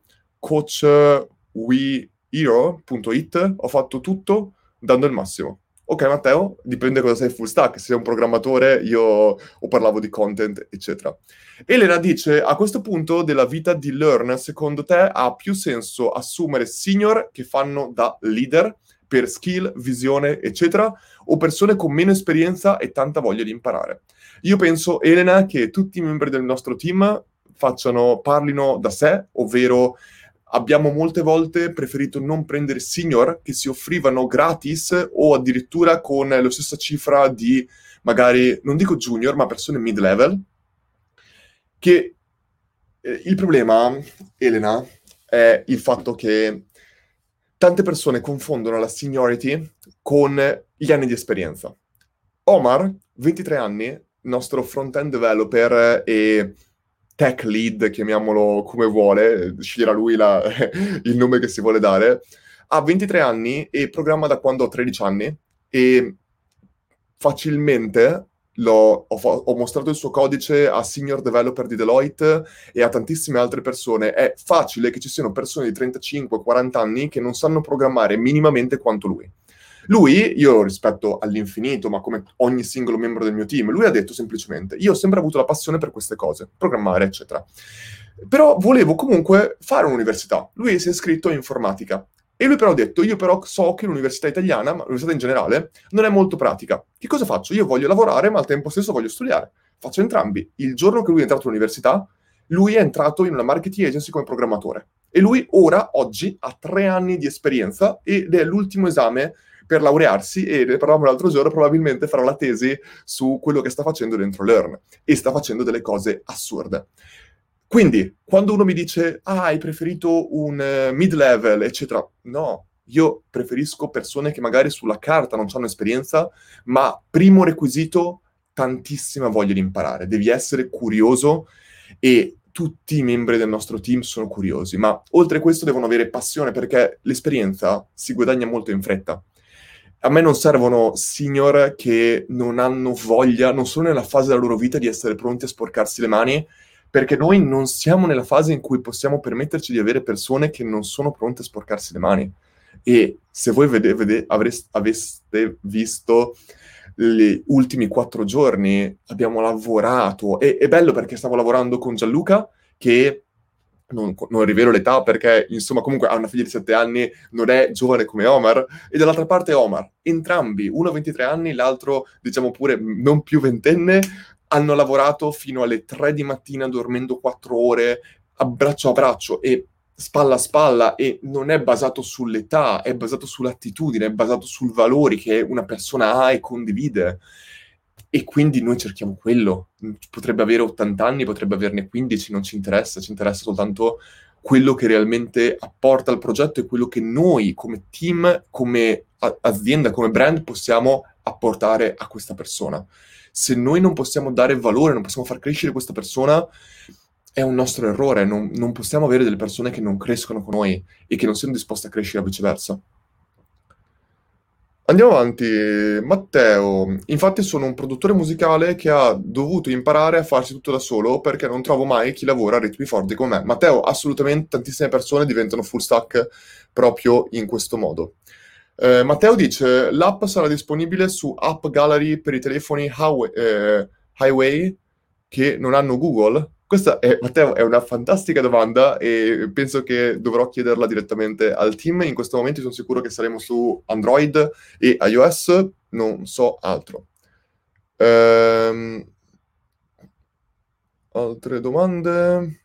coachwehero.it, ho fatto tutto dando il massimo. Ok Matteo, dipende cosa sei full stack, se sei un programmatore io o parlavo di content, eccetera. Elena dice, a questo punto della vita di Learn, secondo te ha più senso assumere senior che fanno da leader per skill, visione, eccetera, o persone con meno esperienza e tanta voglia di imparare? Io penso, Elena, che tutti i membri del nostro team parlino da sé, ovvero abbiamo molte volte preferito non prendere senior che si offrivano gratis o addirittura con la stessa cifra di magari, non dico junior, ma persone mid-level, che il problema, Elena, è il fatto che tante persone confondono la seniority con gli anni di esperienza. Omar, 23 anni, nostro front-end developer e tech lead, chiamiamolo come vuole, sceglierà lui il nome che si vuole dare, ha 23 anni e programma da quando ho 13 anni e facilmente ho mostrato il suo codice a senior developer di Deloitte e a tantissime altre persone. È facile che ci siano persone di 35-40 anni che non sanno programmare minimamente quanto lui. Lui, io lo rispetto all'infinito, ma come ogni singolo membro del mio team, lui ha detto semplicemente, io ho sempre avuto la passione per queste cose, programmare, eccetera. Però volevo comunque fare un'università. Lui si è iscritto in informatica. E lui però ha detto, io però so che l'università italiana, ma l'università in generale, non è molto pratica. Che cosa faccio? Io voglio lavorare, ma al tempo stesso voglio studiare. Faccio entrambi. Il giorno che lui è entrato all'università, lui è entrato in una marketing agency come programmatore. E lui ora, oggi, ha 3 anni di esperienza ed è l'ultimo esame per laurearsi e ne parlavamo l'altro giorno, probabilmente farà la tesi su quello che sta facendo dentro Learn e sta facendo delle cose assurde. Quindi, quando uno mi dice, hai preferito un mid-level, eccetera, no, io preferisco persone che magari sulla carta non hanno esperienza, ma primo requisito, tantissima voglia di imparare. Devi essere curioso e tutti i membri del nostro team sono curiosi, ma oltre a questo devono avere passione perché l'esperienza si guadagna molto in fretta. A me non servono senior che non hanno voglia, non sono nella fase della loro vita di essere pronti a sporcarsi le mani, perché noi non siamo nella fase in cui possiamo permetterci di avere persone che non sono pronte a sporcarsi le mani. E se voi aveste visto gli ultimi 4 giorni, abbiamo lavorato. E è bello perché stavo lavorando con Gianluca, che non rivelo l'età perché, insomma, comunque ha una figlia di 7 anni, non è giovane come Omar, e dall'altra parte Omar. Entrambi, uno 23 anni, l'altro, diciamo pure, non più ventenne, hanno lavorato fino alle 3 di mattina dormendo 4 ore, a braccio e spalla a spalla, e non è basato sull'età, è basato sull'attitudine, è basato sui valori che una persona ha e condivide. E quindi noi cerchiamo quello. Potrebbe avere 80 anni, potrebbe averne 15, non ci interessa soltanto quello che realmente apporta al progetto e quello che noi come team, come azienda, come brand possiamo apportare a questa persona. Se noi non possiamo dare valore, non possiamo far crescere questa persona, è un nostro errore. Non possiamo avere delle persone che non crescono con noi e che non siano disposte a crescere, e viceversa. Andiamo avanti. Matteo, infatti sono un produttore musicale che ha dovuto imparare a farsi tutto da solo perché non trovo mai chi lavora a ritmi forti come me. Matteo, assolutamente tantissime persone diventano full stack proprio in questo modo. Matteo dice, l'app sarà disponibile su App Gallery per i telefoni Highway che non hanno Google? Questa è, Matteo, è una fantastica domanda e penso che dovrò chiederla direttamente al team. In questo momento sono sicuro che saremo su Android e iOS, non so altro. Ehm, altre domande?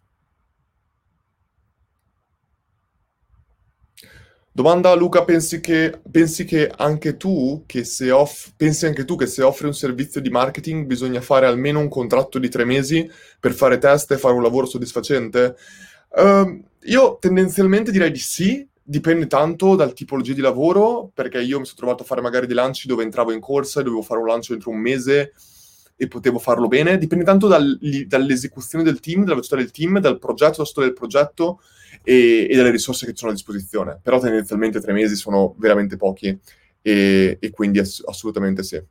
Domanda Luca, pensi che anche tu che pensi anche tu che se offri un servizio di marketing bisogna fare almeno un contratto di 3 mesi per fare test e fare un lavoro soddisfacente? Io tendenzialmente direi di sì, dipende tanto dal tipologia di lavoro, perché io mi sono trovato a fare magari dei lanci dove entravo in corsa e dovevo fare un lancio entro un mese e potevo farlo bene. Dipende tanto dall'esecuzione del team, dalla velocità del team, dal progetto, dalla storia del progetto e dalle risorse che ci sono a disposizione. Però tendenzialmente 3 mesi sono veramente pochi e quindi assolutamente sì.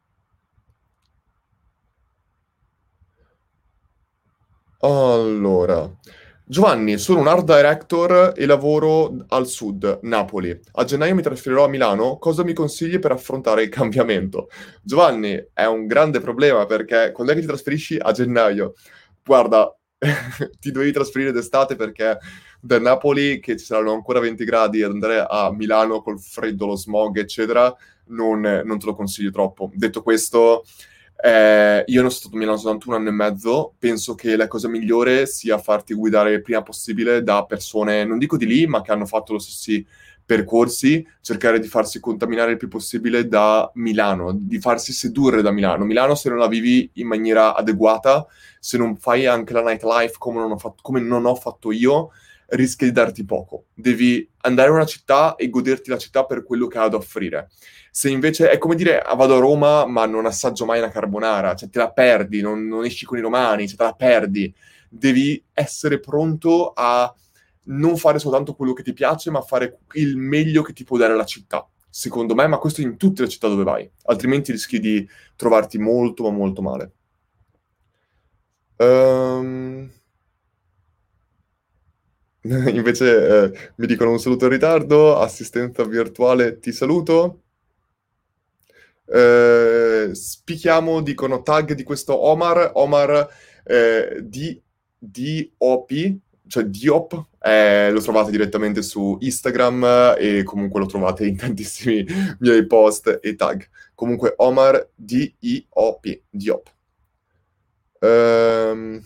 Allora, Giovanni, sono un art director e lavoro al sud, Napoli. A gennaio mi trasferirò a Milano. Cosa mi consigli per affrontare il cambiamento? Giovanni, è un grande problema perché quando è che ti trasferisci a gennaio? Guarda, ti dovevi trasferire d'estate perché da Napoli, che ci saranno ancora 20 gradi, ad andare a Milano col freddo, lo smog, eccetera, non te lo consiglio troppo. Detto questo, io ne sono stato a Milano soltanto un anno e mezzo. Penso che la cosa migliore sia farti guidare il prima possibile da persone, non dico di lì, ma che hanno fatto lo stessi percorsi, cercare di farsi contaminare il più possibile da Milano, di farsi sedurre da Milano. Milano, se non la vivi in maniera adeguata, se non fai anche la nightlife come non ho fatto io, rischi di darti poco. Devi andare a una città e goderti la città per quello che ha da offrire. Se invece è come dire, vado a Roma, ma non assaggio mai la carbonara, cioè te la perdi, non esci con i romani, cioè te la perdi. Devi essere pronto a non fare soltanto quello che ti piace, ma fare il meglio che ti può dare la città, secondo me, ma questo in tutte le città dove vai, altrimenti rischi di trovarti molto, ma molto male. Ehm, invece mi dicono un saluto in ritardo, assistenza virtuale, ti saluto. Spichiamo, dicono tag di questo Omar DOP, cioè Diop, lo trovate direttamente su Instagram e comunque lo trovate in tantissimi miei post e tag. Comunque Omar DIOP, Diop. Ehm,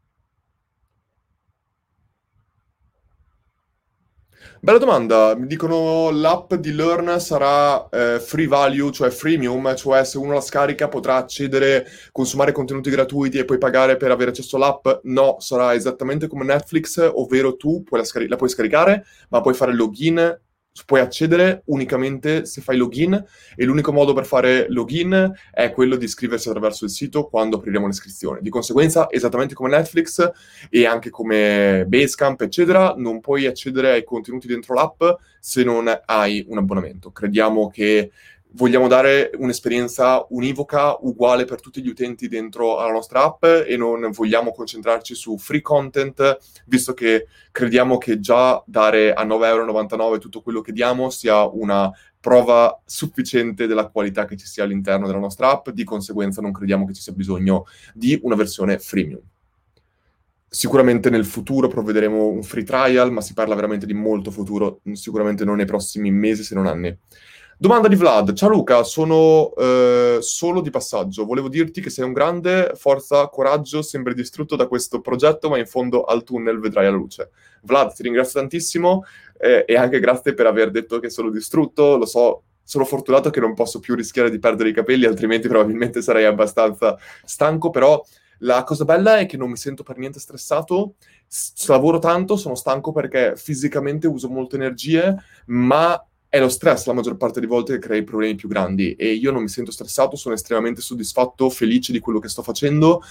Bella domanda, mi dicono l'app di Learn sarà free value, cioè freemium, cioè se uno la scarica potrà accedere, consumare contenuti gratuiti e poi pagare per avere accesso all'app? No, sarà esattamente come Netflix, ovvero tu la puoi scaricare, ma puoi fare login, puoi accedere unicamente se fai login e l'unico modo per fare login è quello di iscriversi attraverso il sito quando apriremo l'iscrizione. Di conseguenza, esattamente come Netflix, e anche come Basecamp, eccetera, non puoi accedere ai contenuti dentro l'app se non hai un abbonamento. Crediamo che vogliamo dare un'esperienza univoca, uguale per tutti gli utenti dentro alla nostra app e non vogliamo concentrarci su free content, visto che crediamo che già dare a 9,99 € tutto quello che diamo sia una prova sufficiente della qualità che ci sia all'interno della nostra app, di conseguenza non crediamo che ci sia bisogno di una versione freemium. Sicuramente nel futuro provvederemo un free trial, ma si parla veramente di molto futuro, sicuramente non nei prossimi mesi, se non anni. Domanda di Vlad. Ciao Luca, sono solo di passaggio. Volevo dirti che sei un grande, forza, coraggio, sembri distrutto da questo progetto, ma in fondo al tunnel vedrai la luce. Vlad, ti ringrazio tantissimo e anche grazie per aver detto che sono distrutto. Lo so, sono fortunato che non posso più rischiare di perdere i capelli, altrimenti probabilmente sarei abbastanza stanco, però la cosa bella è che non mi sento per niente stressato, lavoro tanto, sono stanco perché fisicamente uso molte energie, ma è lo stress la maggior parte delle volte che crea i problemi più grandi e io non mi sento stressato, sono estremamente soddisfatto, felice di quello che sto facendo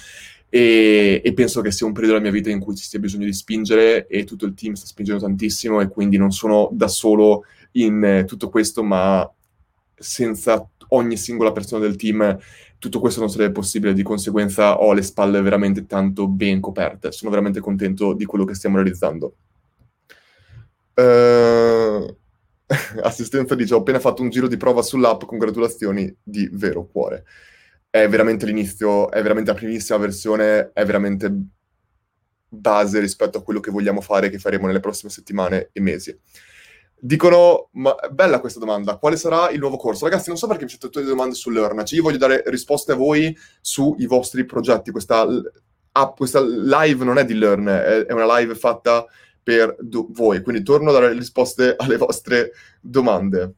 e penso che sia un periodo della mia vita in cui ci sia bisogno di spingere e tutto il team sta spingendo tantissimo e quindi non sono da solo in tutto questo, ma senza ogni singola persona del team tutto questo non sarebbe possibile, di conseguenza ho le spalle veramente tanto ben coperte. Sono veramente contento di quello che stiamo realizzando. Eh, Assistenza dice: "Ho appena fatto un giro di prova sull'app, congratulazioni di vero cuore." È veramente l'inizio, è veramente la primissima versione, è veramente base rispetto a quello che vogliamo fare, che faremo nelle prossime settimane e mesi. Dicono, ma bella questa domanda, quale sarà il nuovo corso? Ragazzi, non so perché mi fate tutte le domande su Learn, cioè io voglio dare risposte a voi sui vostri progetti. Questa live non è di Learn, è una live fatta per voi, quindi torno a dare risposte alle vostre domande.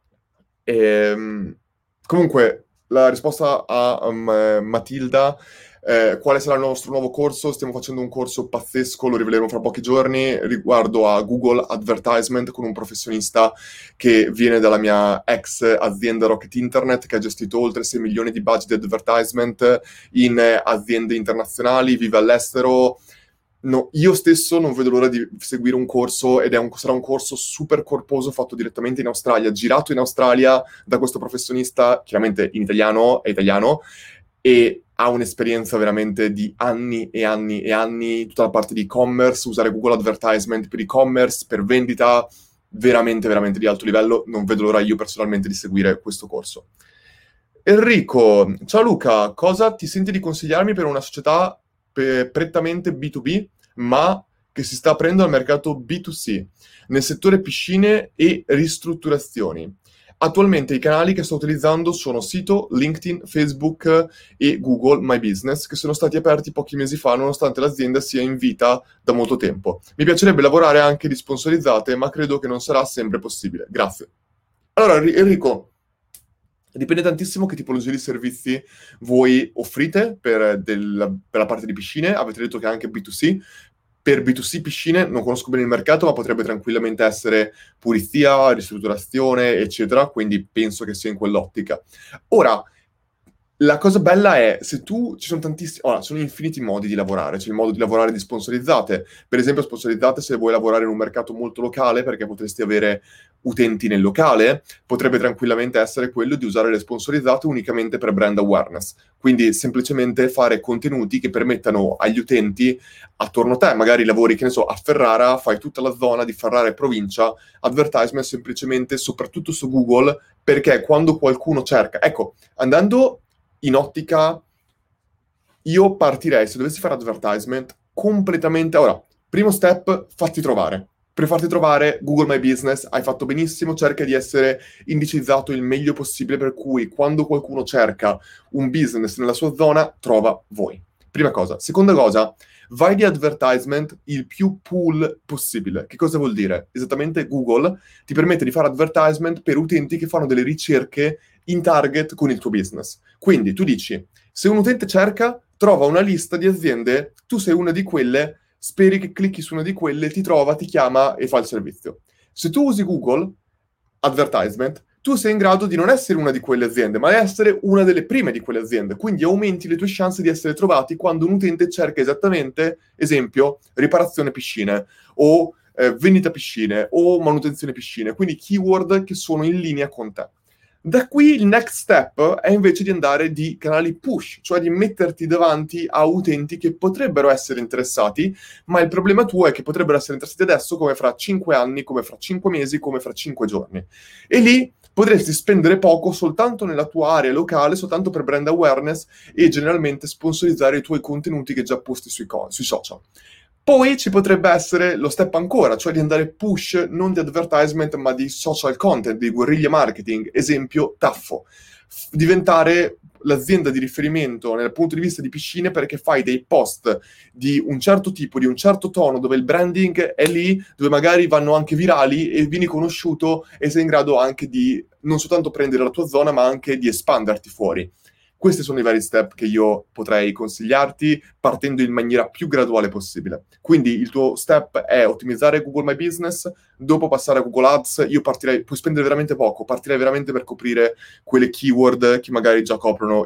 Comunque, la risposta a Matilda, quale sarà il nostro nuovo corso? Stiamo facendo un corso pazzesco, lo riveleremo fra pochi giorni, riguardo a Google Advertisement con un professionista che viene dalla mia ex azienda Rocket Internet, che ha gestito oltre 6 milioni di budget di advertisement in aziende internazionali, vive all'estero. No, io stesso non vedo l'ora di seguire un corso ed sarà un corso super corposo fatto direttamente in Australia, girato in Australia da questo professionista, chiaramente in italiano, è italiano, e ha un'esperienza veramente di anni e anni e anni, tutta la parte di e-commerce, usare Google Advertisement per e-commerce, per vendita, veramente, veramente di alto livello. Non vedo l'ora io personalmente di seguire questo corso. Enrico, ciao Luca, cosa ti senti di consigliarmi per una società prettamente B2B, ma che si sta aprendo al mercato B2C, nel settore piscine e ristrutturazioni? Attualmente i canali che sto utilizzando sono sito, LinkedIn, Facebook e Google My Business, che sono stati aperti pochi mesi fa, nonostante l'azienda sia in vita da molto tempo. Mi piacerebbe lavorare anche di sponsorizzate, ma credo che non sarà sempre possibile. Grazie. Allora, Enrico, dipende tantissimo che tipologia di servizi voi offrite per la parte di piscine. Avete detto che è anche B2C. Per B2C piscine non conosco bene il mercato, ma potrebbe tranquillamente essere pulizia, ristrutturazione, eccetera. Quindi penso che sia in quell'ottica. Ora, la cosa bella è, se tu, ci sono tantissimi, ora, sono infiniti modi di lavorare, c'è il modo di lavorare di sponsorizzate, per esempio sponsorizzate se vuoi lavorare in un mercato molto locale perché potresti avere utenti nel locale, potrebbe tranquillamente essere quello di usare le sponsorizzate unicamente per brand awareness, quindi semplicemente fare contenuti che permettano agli utenti attorno a te, magari lavori, che ne so, a Ferrara, fai tutta la zona di Ferrara e provincia, advertisement semplicemente, soprattutto su Google, perché quando qualcuno cerca, ecco, andando in ottica, io partirei, se dovessi fare advertisement, completamente. Ora, primo step, fatti trovare. Per farti trovare, Google My Business, hai fatto benissimo, cerca di essere indicizzato il meglio possibile, per cui quando qualcuno cerca un business nella sua zona, trova voi. Prima cosa. Seconda cosa, vai di advertisement il più pool possibile. Che cosa vuol dire? Esattamente Google ti permette di fare advertisement per utenti che fanno delle ricerche in target con il tuo business. Quindi tu dici, se un utente cerca, trova una lista di aziende, tu sei una di quelle, speri che clicchi su una di quelle, ti trova, ti chiama e fa il servizio. Se tu usi Google Advertisement, tu sei in grado di non essere una di quelle aziende, ma essere una delle prime di quelle aziende. Quindi aumenti le tue chance di essere trovati quando un utente cerca esattamente, esempio, riparazione piscine o vendita piscine o manutenzione piscine, quindi keyword che sono in linea con te. Da qui il next step è invece di andare di canali push, cioè di metterti davanti a utenti che potrebbero essere interessati, ma il problema tuo è che potrebbero essere interessati adesso come fra 5 anni, come fra 5 mesi, come fra 5 giorni. E lì potresti spendere poco soltanto nella tua area locale, soltanto per brand awareness e generalmente sponsorizzare i tuoi contenuti che già posti sui social. Poi ci potrebbe essere lo step ancora, cioè di andare push non di advertisement ma di social content, di guerriglia marketing, esempio Taffo. Diventare l'azienda di riferimento nel punto di vista di piscine perché fai dei post di un certo tipo, di un certo tono, dove il branding è lì, dove magari vanno anche virali e vieni conosciuto e sei in grado anche di non soltanto prendere la tua zona ma anche di espanderti fuori. Questi sono i vari step che io potrei consigliarti partendo in maniera più graduale possibile. Quindi il tuo step è ottimizzare Google My Business, dopo passare a Google Ads. Io partirei, puoi spendere veramente poco, partirei veramente per coprire quelle keyword che magari già coprono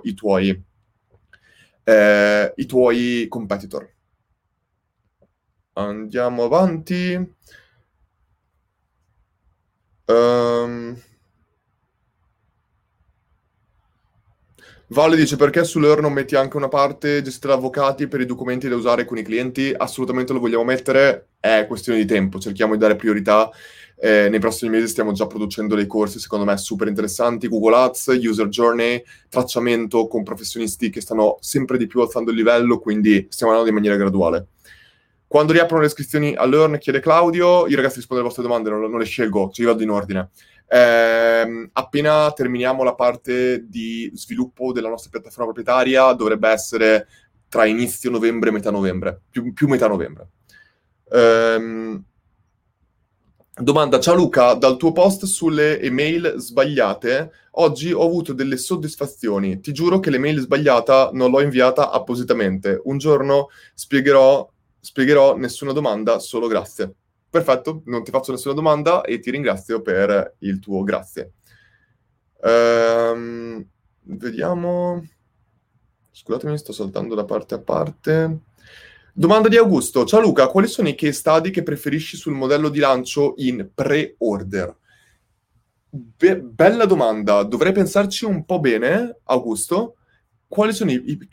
i tuoi competitor. Andiamo avanti. Ehm, Vale dice perché su Learn non metti anche una parte gestita da avvocati per i documenti da usare con i clienti? Assolutamente lo vogliamo mettere, è questione di tempo, cerchiamo di dare priorità. Nei prossimi mesi stiamo già producendo dei corsi, secondo me, super interessanti, Google Ads, User Journey, tracciamento con professionisti che stanno sempre di più alzando il livello, quindi stiamo andando in maniera graduale. Quando riaprono le iscrizioni a Learn, chiede Claudio, io ragazzi rispondo alle vostre domande, non le scelgo, ci vado in ordine. Appena terminiamo la parte di sviluppo della nostra piattaforma proprietaria, dovrebbe essere tra inizio novembre e metà novembre, più metà novembre. Domanda, ciao Luca, dal tuo post sulle email sbagliate, oggi ho avuto delle soddisfazioni. Ti giuro che l'email sbagliata non l'ho inviata appositamente. Un giorno spiegherò nessuna domanda, solo grazie. Perfetto, non ti faccio nessuna domanda e ti ringrazio per il tuo grazie. Vediamo. Scusatemi, sto saltando da parte a parte. Domanda di Augusto. Ciao Luca, quali sono i case study che preferisci sul modello di lancio in pre-order? Bella domanda, dovrei pensarci un po' bene, Augusto. Quali sono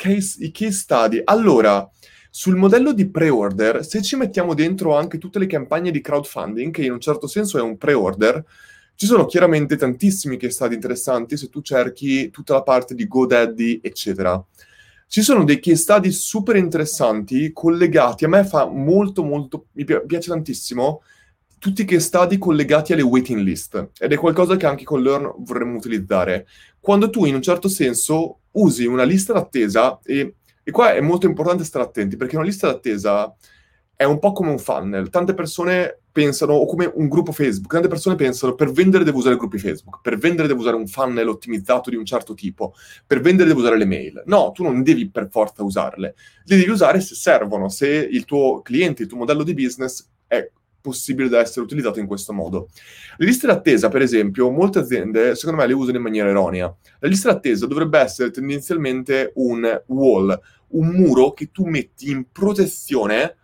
i case study? Allora, sul modello di pre-order, se ci mettiamo dentro anche tutte le campagne di crowdfunding, che in un certo senso è un pre-order, ci sono chiaramente tantissimi case study interessanti se tu cerchi tutta la parte di GoDaddy, eccetera. Ci sono dei case study super interessanti collegati, a me fa molto molto, piace tantissimo, tutti i case study collegati alle waiting list, ed è qualcosa che anche con Learn vorremmo utilizzare. Quando tu in un certo senso usi una lista d'attesa, e qua è molto importante stare attenti, perché una lista d'attesa è un po' come un funnel. Tante persone pensano, o come un gruppo Facebook, tante persone pensano per vendere devo usare gruppi Facebook, per vendere devo usare un funnel ottimizzato di un certo tipo, per vendere devo usare le mail. No, tu non devi per forza usarle, le devi usare se servono, se il tuo cliente, il tuo modello di business è possibile da essere utilizzato in questo modo. Le liste d'attesa, per esempio, molte aziende, secondo me, le usano in maniera erronea. La lista d'attesa dovrebbe essere tendenzialmente un wall, un muro che tu metti in protezione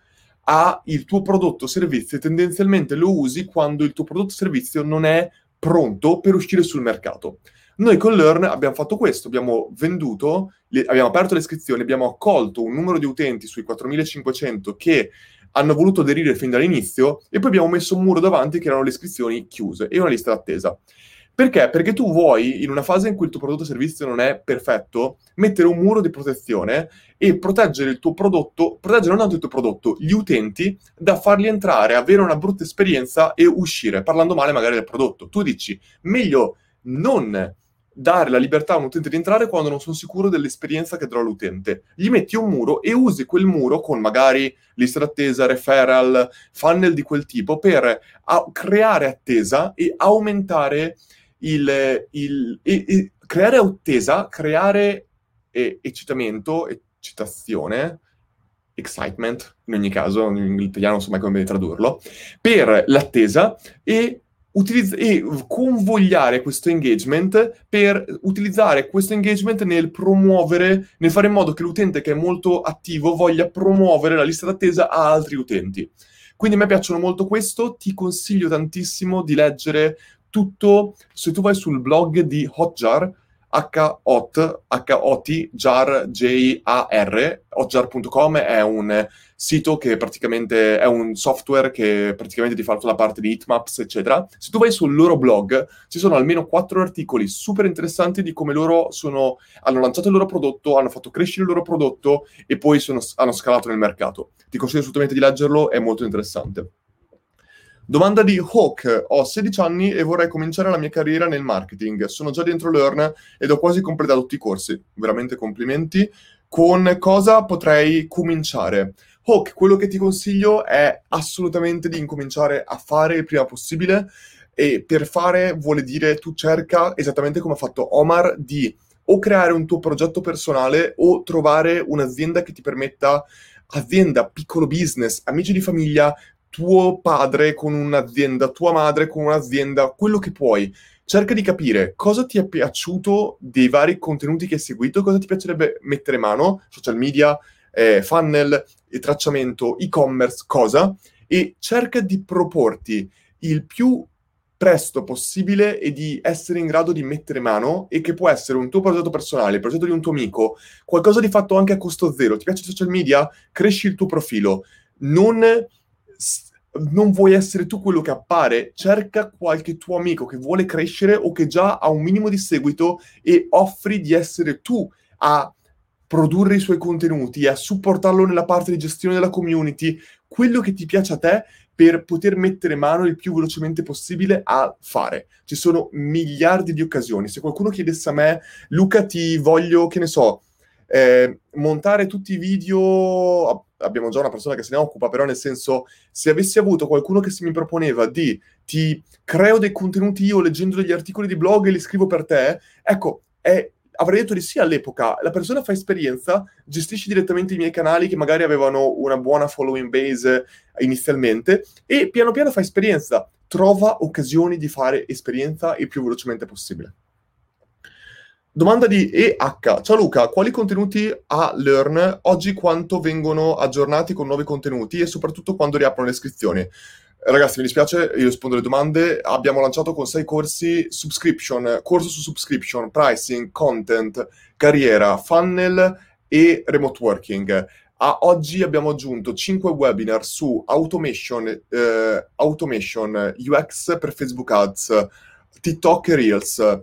a il tuo prodotto o servizio e tendenzialmente lo usi quando il tuo prodotto o servizio non è pronto per uscire sul mercato. Noi con Learn abbiamo fatto questo, abbiamo venduto, abbiamo aperto le iscrizioni, abbiamo accolto un numero di utenti sui 4.500 che hanno voluto aderire fin dall'inizio e poi abbiamo messo un muro davanti che erano le iscrizioni chiuse e una lista d'attesa. Perché? Perché tu vuoi, in una fase in cui il tuo prodotto o servizio non è perfetto, mettere un muro di protezione e proteggere il tuo prodotto, proteggere non tanto il tuo prodotto, gli utenti, da farli entrare, avere una brutta esperienza e uscire, parlando male magari del prodotto. Tu dici, meglio non dare la libertà a un utente di entrare quando non sono sicuro dell'esperienza che darò all'utente. Gli metti un muro e usi quel muro con magari lista d'attesa, referral, funnel di quel tipo per creare attesa e aumentare creare attesa, creare eccitamento, eccitazione, excitement, in ogni caso, in italiano non so mai come tradurlo, per l'attesa e convogliare questo engagement per utilizzare questo engagement nel promuovere, nel fare in modo che l'utente che è molto attivo voglia promuovere la lista d'attesa a altri utenti. Quindi a me piacciono molto questo, ti consiglio tantissimo di leggere tutto, se tu vai sul blog di Hotjar, H-O-T, Jar, J-A-R, hotjar.com è un sito che praticamente è un software che praticamente ti fa tutta la parte di heatmaps, eccetera. Se tu vai sul loro blog, ci sono almeno 4 articoli super interessanti di come loro hanno lanciato il loro prodotto, hanno fatto crescere il loro prodotto e poi hanno scalato nel mercato. Ti consiglio assolutamente di leggerlo, è molto interessante. Domanda di Hawk. Ho 16 anni e vorrei cominciare la mia carriera nel marketing. Sono già dentro Learn ed ho quasi completato tutti i corsi. Veramente complimenti. Con cosa potrei cominciare? Hawk, quello che ti consiglio è assolutamente di incominciare a fare il prima possibile e per fare vuole dire tu cerca, esattamente come ha fatto Omar, di o creare un tuo progetto personale o trovare un'azienda che ti permetta, azienda, piccolo business, amici di famiglia, tuo padre con un'azienda, tua madre con un'azienda, quello che puoi. Cerca di capire cosa ti è piaciuto dei vari contenuti che hai seguito, cosa ti piacerebbe mettere mano, social media, funnel, tracciamento, e-commerce, cosa, e cerca di proporti il più presto possibile e di essere in grado di mettere mano, e che può essere un tuo progetto personale, il progetto di un tuo amico, qualcosa di fatto anche a costo zero. Ti piace i social media? Cresci il tuo profilo. Non, non vuoi essere tu quello che appare, cerca qualche tuo amico che vuole crescere o che già ha un minimo di seguito e offri di essere tu a produrre i suoi contenuti, a supportarlo nella parte di gestione della community, quello che ti piace a te, per poter mettere mano il più velocemente possibile a fare. Ci sono miliardi di occasioni. Se qualcuno chiedesse a me, Luca, ti voglio, che ne so, montare tutti i video, abbiamo già una persona che se ne occupa, però nel senso, se avessi avuto qualcuno che si mi proponeva di ti creo dei contenuti io leggendo degli articoli di blog e li scrivo per te, ecco, avrei detto di sì all'epoca. La persona fa esperienza, gestisce direttamente i miei canali che magari avevano una buona following base inizialmente, e piano piano fa esperienza, trova occasioni di fare esperienza il più velocemente possibile. Domanda di EH. Ciao Luca, quali contenuti ha Learn? Oggi quanto vengono aggiornati con nuovi contenuti e soprattutto quando riaprono le iscrizioni? Ragazzi, mi dispiace, io rispondo alle domande. Abbiamo lanciato con 6 corsi, subscription, corso su subscription, pricing, content, carriera, funnel e remote working. A oggi abbiamo aggiunto 5 webinar su automation UX per Facebook Ads, TikTok e Reels,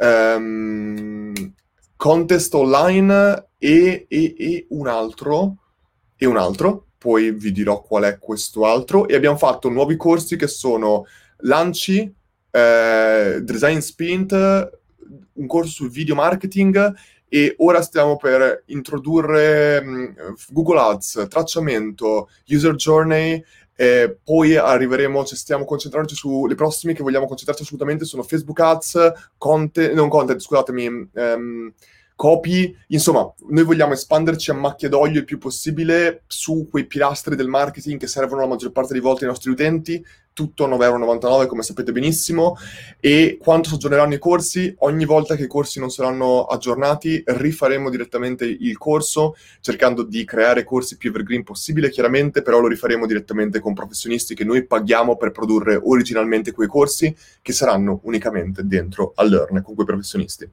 contest online e un altro, poi vi dirò qual è questo altro, e abbiamo fatto nuovi corsi che sono lanci, design sprint, un corso sul video marketing, e ora stiamo per introdurre Google Ads, tracciamento, user journey. Poi arriveremo, cioè stiamo concentrarci sulle prossime che vogliamo concentrarci assolutamente, sono Facebook Ads, copy. Insomma, noi vogliamo espanderci a macchia d'olio il più possibile su quei pilastri del marketing che servono la maggior parte delle volte ai nostri utenti, tutto a 9,99 €, come sapete benissimo. E quanto si aggiorneranno i corsi? Ogni volta che i corsi non saranno aggiornati, rifaremo direttamente il corso, cercando di creare corsi più evergreen possibile, chiaramente, però lo rifaremo direttamente con professionisti che noi paghiamo per produrre originalmente quei corsi, che saranno unicamente dentro a Learn con quei professionisti.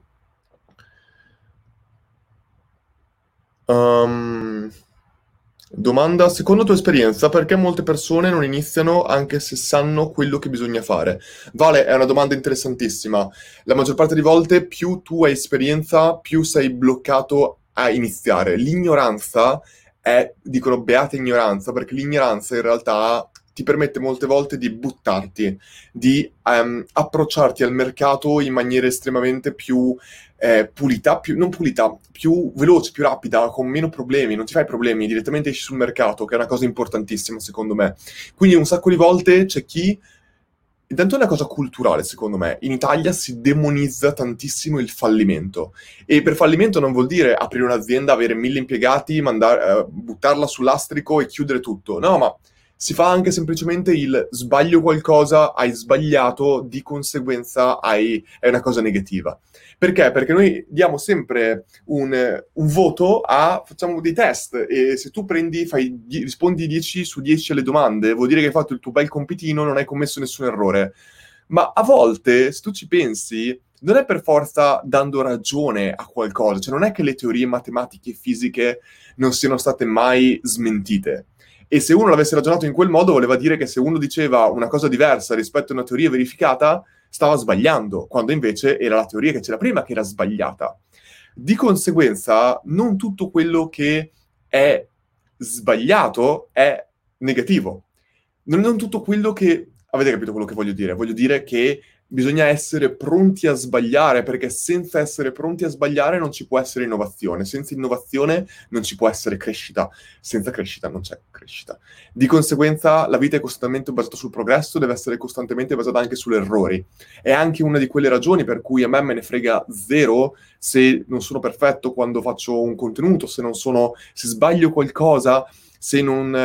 Domanda, secondo tua esperienza, perché molte persone non iniziano anche se sanno quello che bisogna fare? Vale, è una domanda interessantissima. La maggior parte di volte, più tu hai esperienza, più sei bloccato a iniziare. L'ignoranza dicono beata ignoranza, perché l'ignoranza in realtà ti permette molte volte di buttarti, di approcciarti al mercato in maniera estremamente più pulita, non pulita, più veloce, più rapida, con meno problemi. Non ti fai problemi, direttamente esci sul mercato, che è una cosa importantissima secondo me. Quindi un sacco di volte c'è chi... Intanto è una cosa culturale, secondo me. In Italia si demonizza tantissimo il fallimento. E per fallimento non vuol dire aprire un'azienda, avere 1000 impiegati, buttarla sull'astrico e chiudere tutto. No, ma si fa anche semplicemente il sbaglio qualcosa, hai sbagliato, di conseguenza è una cosa negativa. Perché? Perché noi diamo sempre un voto facciamo dei test, e se tu rispondi 10 su 10 alle domande, vuol dire che hai fatto il tuo bel compitino, non hai commesso nessun errore. Ma a volte, se tu ci pensi, non è per forza dando ragione a qualcosa, cioè non è che le teorie matematiche e fisiche non siano state mai smentite. E se uno l'avesse ragionato in quel modo, voleva dire che se uno diceva una cosa diversa rispetto a una teoria verificata, stava sbagliando, quando invece era la teoria che c'era prima che era sbagliata. Di conseguenza, non tutto quello che è sbagliato è negativo. Non tutto quello che... Avete capito quello che voglio dire? Voglio dire che bisogna essere pronti a sbagliare, perché senza essere pronti a sbagliare non ci può essere innovazione. Senza innovazione non ci può essere crescita. Senza crescita non c'è crescita. Di conseguenza la vita è costantemente basata sul progresso, deve essere costantemente basata anche sugli errori. È anche una di quelle ragioni per cui a me ne frega zero se non sono perfetto quando faccio un contenuto, se sbaglio qualcosa, se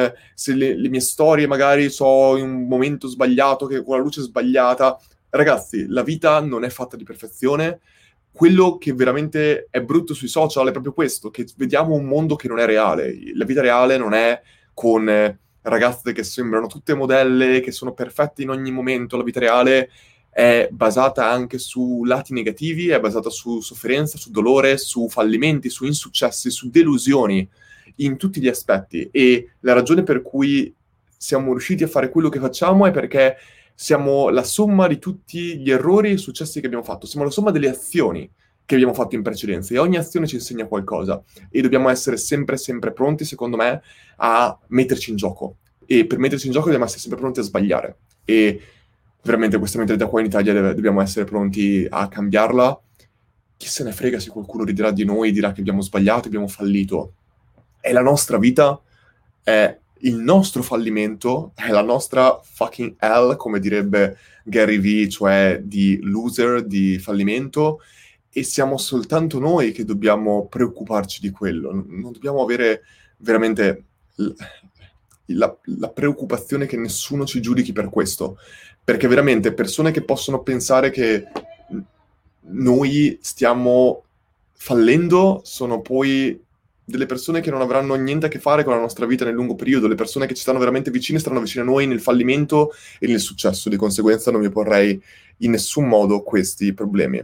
le mie storie magari so in un momento sbagliato, che con la luce sbagliata. Ragazzi, la vita non è fatta di perfezione. Quello che veramente è brutto sui social è proprio questo, che vediamo un mondo che non è reale. La vita reale non è con ragazze che sembrano tutte modelle, che sono perfette in ogni momento. La vita reale è basata anche su lati negativi, è basata su sofferenza, su dolore, su fallimenti, su insuccessi, su delusioni, in tutti gli aspetti. E la ragione per cui siamo riusciti a fare quello che facciamo è perché siamo la somma di tutti gli errori e successi che abbiamo fatto, siamo la somma delle azioni che abbiamo fatto in precedenza e ogni azione ci insegna qualcosa e dobbiamo essere sempre, sempre pronti, secondo me, a metterci in gioco. E per metterci in gioco dobbiamo essere sempre pronti a sbagliare. E veramente questa mentalità qua in Italia dobbiamo essere pronti a cambiarla. Chi se ne frega se qualcuno riderà di noi, dirà che abbiamo sbagliato, abbiamo fallito. È la nostra vita, è il nostro fallimento, è la nostra fucking hell, come direbbe Gary Vee, cioè di loser, di fallimento, e siamo soltanto noi che dobbiamo preoccuparci di quello. Non dobbiamo avere veramente l- la preoccupazione che nessuno ci giudichi per questo, perché veramente persone che possono pensare che noi stiamo fallendo sono poi delle persone che non avranno niente a che fare con la nostra vita nel lungo periodo, le persone che ci stanno veramente vicine staranno vicine a noi nel fallimento e nel successo, di conseguenza non mi porrei in nessun modo questi problemi.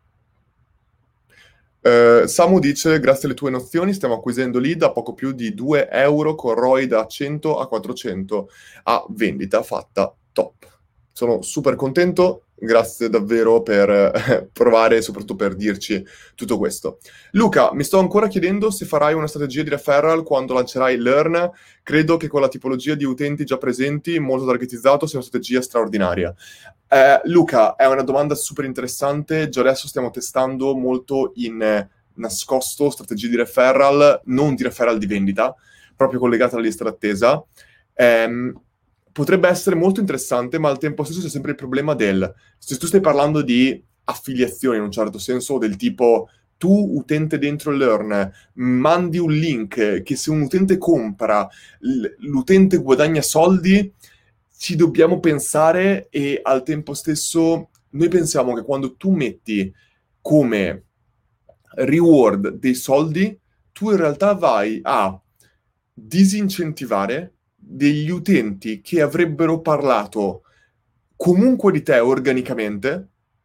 Samu dice, grazie alle tue nozioni stiamo acquisendo lead a poco più di 2 euro con ROI da 100 a 400 a vendita fatta top. Sono super contento, grazie davvero per provare e soprattutto per dirci tutto questo. Luca, mi sto ancora chiedendo se farai una strategia di referral quando lancerai Learn. Credo che con la tipologia di utenti già presenti, molto targetizzato, sia una strategia straordinaria. Luca, è una domanda super interessante. Già adesso stiamo testando molto in nascosto strategie di referral, non di referral di vendita, proprio collegate alla lista d'attesa. Potrebbe essere molto interessante, ma al tempo stesso c'è sempre il problema se tu stai parlando di affiliazioni in un certo senso, del tipo tu, utente dentro Learn, mandi un link che se un utente compra, l'utente guadagna soldi, ci dobbiamo pensare e al tempo stesso noi pensiamo che quando tu metti come reward dei soldi, tu in realtà vai a disincentivare degli utenti che avrebbero parlato comunque di te organicamente,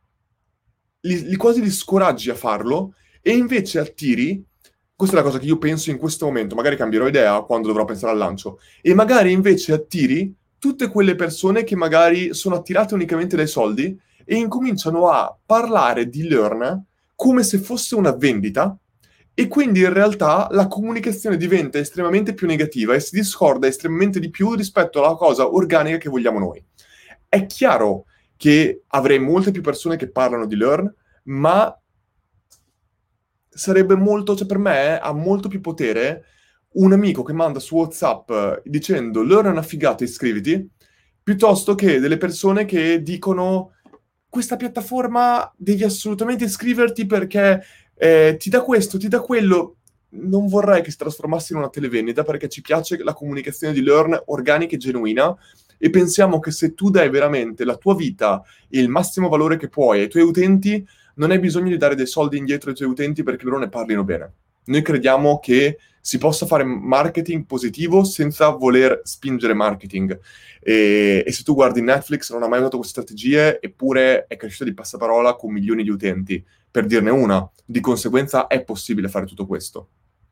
quasi li scoraggi a farlo e invece attiri, questa è la cosa che io penso in questo momento, magari cambierò idea quando dovrò pensare al lancio, e magari invece attiri tutte quelle persone che magari sono attirate unicamente dai soldi e incominciano a parlare di Learn come se fosse una vendita e quindi in realtà la comunicazione diventa estremamente più negativa e si discorda estremamente di più rispetto alla cosa organica che vogliamo noi. È chiaro che avrei molte più persone che parlano di Learn, ma sarebbe molto, cioè per me ha molto più potere un amico che manda su WhatsApp dicendo Learn è una figata, iscriviti, piuttosto che delle persone che dicono questa piattaforma devi assolutamente iscriverti perché ti dà questo, ti dà quello. Non vorrei che si trasformasse in una televendita perché ci piace la comunicazione di Learn organica e genuina e pensiamo che se tu dai veramente la tua vita e il massimo valore che puoi ai tuoi utenti, non hai bisogno di dare dei soldi indietro ai tuoi utenti perché loro ne parlino bene. Noi crediamo che si possa fare marketing positivo senza voler spingere marketing. E se tu guardi Netflix non ha mai usato queste strategie, eppure è cresciuta di passaparola con milioni di utenti, per dirne una. Di conseguenza è possibile fare tutto questo.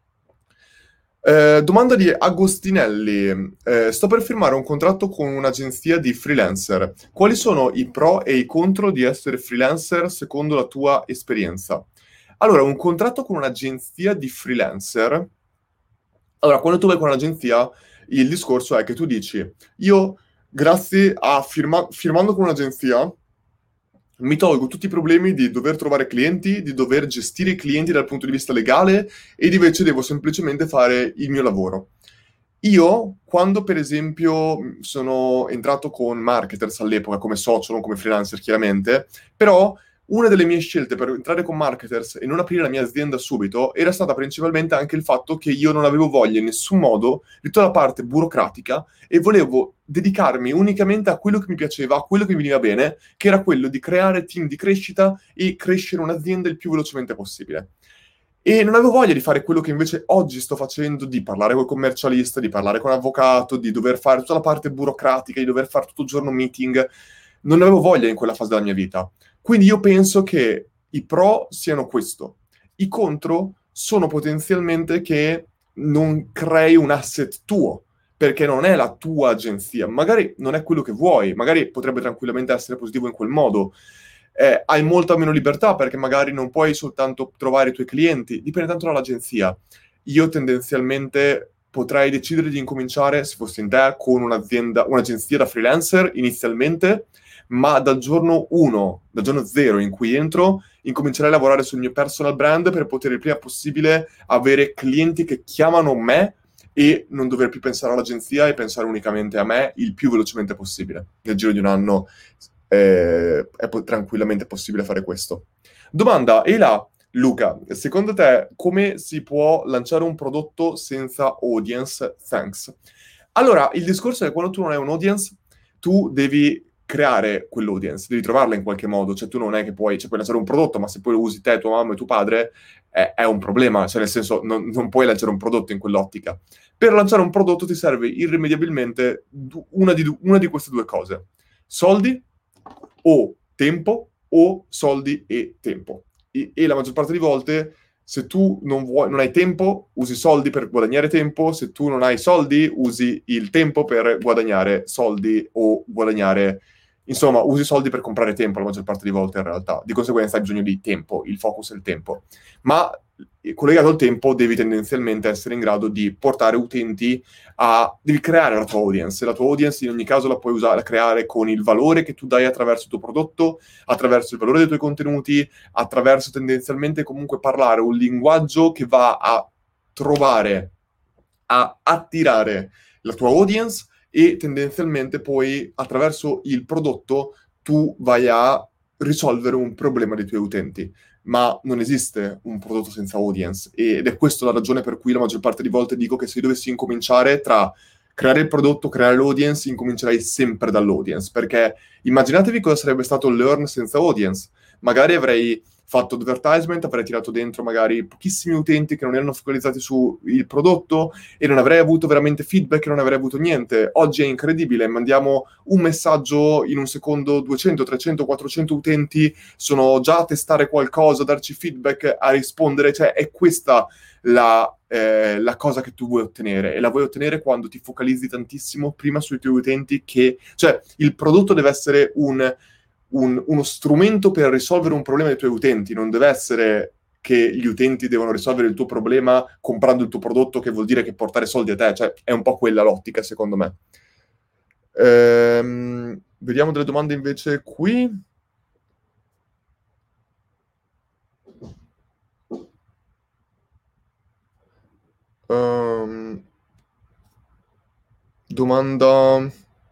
Domanda di Agostinelli. Sto per firmare un contratto con un'agenzia di freelancer. Quali sono i pro e i contro di essere freelancer secondo la tua esperienza? Allora, un contratto con un'agenzia di freelancer. Allora, quando tu vai con un'agenzia, il discorso è che tu dici, io, grazie a firmando con un'agenzia, mi tolgo tutti i problemi di dover trovare clienti, di dover gestire i clienti dal punto di vista legale ed invece devo semplicemente fare il mio lavoro. Io, quando per esempio sono entrato con marketers all'epoca come socio, non come freelancer chiaramente, però una delle mie scelte per entrare con marketers e non aprire la mia azienda subito era stata principalmente anche il fatto che io non avevo voglia in nessun modo di tutta la parte burocratica e volevo dedicarmi unicamente a quello che mi piaceva, a quello che mi veniva bene, che era quello di creare team di crescita e crescere un'azienda il più velocemente possibile. E non avevo voglia di fare quello che invece oggi sto facendo, di parlare col commercialista, di parlare con l'avvocato, di dover fare tutta la parte burocratica, di dover fare tutto il giorno meeting. non avevo voglia in quella fase della mia vita. Quindi io penso che i pro siano questo. I contro sono potenzialmente che non crei un asset tuo, perché non è la tua agenzia. Magari non è quello che vuoi, magari potrebbe tranquillamente essere positivo in quel modo. Hai molta meno libertà perché magari non puoi soltanto trovare i tuoi clienti, dipende tanto dall'agenzia. Io tendenzialmente potrei decidere di incominciare, se fossi in te, con un'azienda, un'agenzia da freelancer inizialmente, ma dal giorno 1, dal giorno 0 in cui entro, incomincerei a lavorare sul mio personal brand per poter il prima possibile avere clienti che chiamano me e non dover più pensare all'agenzia e pensare unicamente a me il più velocemente possibile. Nel giro di un anno tranquillamente possibile fare questo. Domanda, e là, Luca, secondo te come si può lanciare un prodotto senza audience? Thanks. Allora, il discorso è che quando tu non hai un audience, tu devi creare quell'audience, devi trovarla in qualche modo, cioè tu non è che puoi, cioè, puoi lanciare un prodotto, ma se poi lo usi te, tua mamma e tuo padre, è un problema, cioè nel senso non puoi lanciare un prodotto in quell'ottica. Per lanciare un prodotto ti serve irrimediabilmente una di queste due cose: soldi o tempo, o soldi e tempo. E la maggior parte di volte, se tu non hai tempo, usi soldi per guadagnare tempo; se tu non hai soldi, usi il tempo per guadagnare soldi o guadagnare... Insomma, usi soldi per comprare tempo la maggior parte di volte in realtà. Di conseguenza hai bisogno di tempo, il focus è il tempo. Ma collegato al tempo devi tendenzialmente essere in grado di portare utenti devi creare la tua audience. La tua audience in ogni caso la puoi usare, creare con il valore che tu dai attraverso il tuo prodotto, attraverso il valore dei tuoi contenuti, attraverso tendenzialmente comunque parlare un linguaggio che va a trovare, a attirare la tua audience, e tendenzialmente poi attraverso il prodotto tu vai a risolvere un problema dei tuoi utenti. Ma non esiste un prodotto senza audience, ed è questa la ragione per cui la maggior parte di volte dico che se io dovessi incominciare tra creare il prodotto, creare l'audience, incomincerei sempre dall'audience, perché immaginatevi cosa sarebbe stato Learn senza audience. Magari avrei fatto advertisement, avrei tirato dentro magari pochissimi utenti che non erano focalizzati sul prodotto e non avrei avuto veramente feedback, non avrei avuto niente. Oggi è incredibile, mandiamo un messaggio, in un secondo 200, 300, 400 utenti sono già a testare qualcosa, a darci feedback, a rispondere. Cioè è questa la cosa che tu vuoi ottenere, e la vuoi ottenere quando ti focalizzi tantissimo prima sui tuoi utenti, cioè il prodotto deve essere uno strumento per risolvere un problema dei tuoi utenti, non deve essere che gli utenti devono risolvere il tuo problema comprando il tuo prodotto, che vuol dire che portare soldi a te. Cioè è un po' quella l'ottica, secondo me. Vediamo delle domande invece qui. Domanda...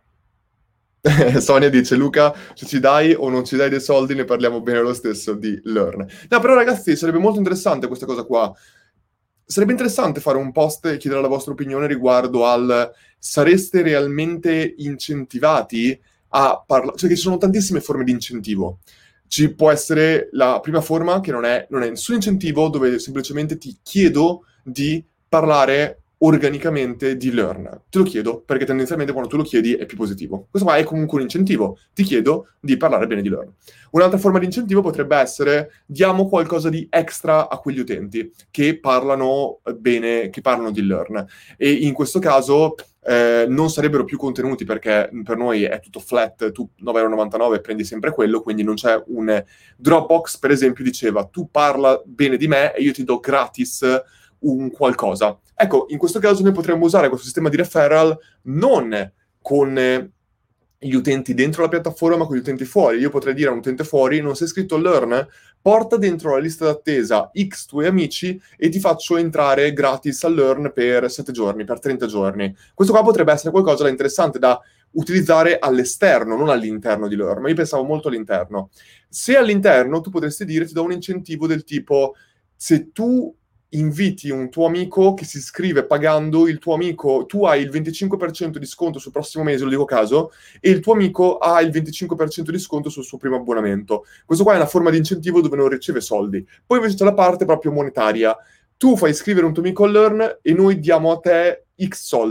Sonia dice: Luca, se ci dai o non ci dai dei soldi, ne parliamo bene lo stesso di Learn. No, però ragazzi, sarebbe molto interessante questa cosa qua. Sarebbe interessante fare un post e chiedere la vostra opinione riguardo al: sareste realmente incentivati a parlare? Cioè, che ci sono tantissime forme di incentivo. Ci può essere la prima forma, che non è nessun incentivo, dove semplicemente ti chiedo di parlare organicamente di Learn. Te lo chiedo perché tendenzialmente quando tu lo chiedi è più positivo. Questo qua è comunque un incentivo. Ti chiedo di parlare bene di Learn. Un'altra forma di incentivo potrebbe essere: diamo qualcosa di extra a quegli utenti che parlano bene, che parlano di Learn. E in questo caso non sarebbero più contenuti, perché per noi è tutto flat, tu 9,99 € prendi sempre quello, quindi non c'è un... Dropbox, per esempio, diceva: tu parla bene di me e io ti do gratis un qualcosa. Ecco, in questo caso noi potremmo usare questo sistema di referral non con gli utenti dentro la piattaforma, ma con gli utenti fuori. Io potrei dire a un utente fuori: non sei iscritto a Learn? Porta dentro la lista d'attesa X tuoi amici e ti faccio entrare gratis a Learn per 7 giorni, per 30 giorni. Questo qua potrebbe essere qualcosa di interessante da utilizzare all'esterno, non all'interno di Learn, ma io pensavo molto all'interno. Se all'interno tu potresti dire: ti do un incentivo del tipo, se tu inviti un tuo amico che si iscrive pagando, il tuo amico, tu hai il 25% di sconto sul prossimo mese, lo dico a caso, e il tuo amico ha il 25% di sconto sul suo primo abbonamento. Questo qua è una forma di incentivo dove non riceve soldi. Poi invece c'è la parte proprio monetaria. Tu fai iscrivere un tuo amico a Learn e noi diamo a te X soldi.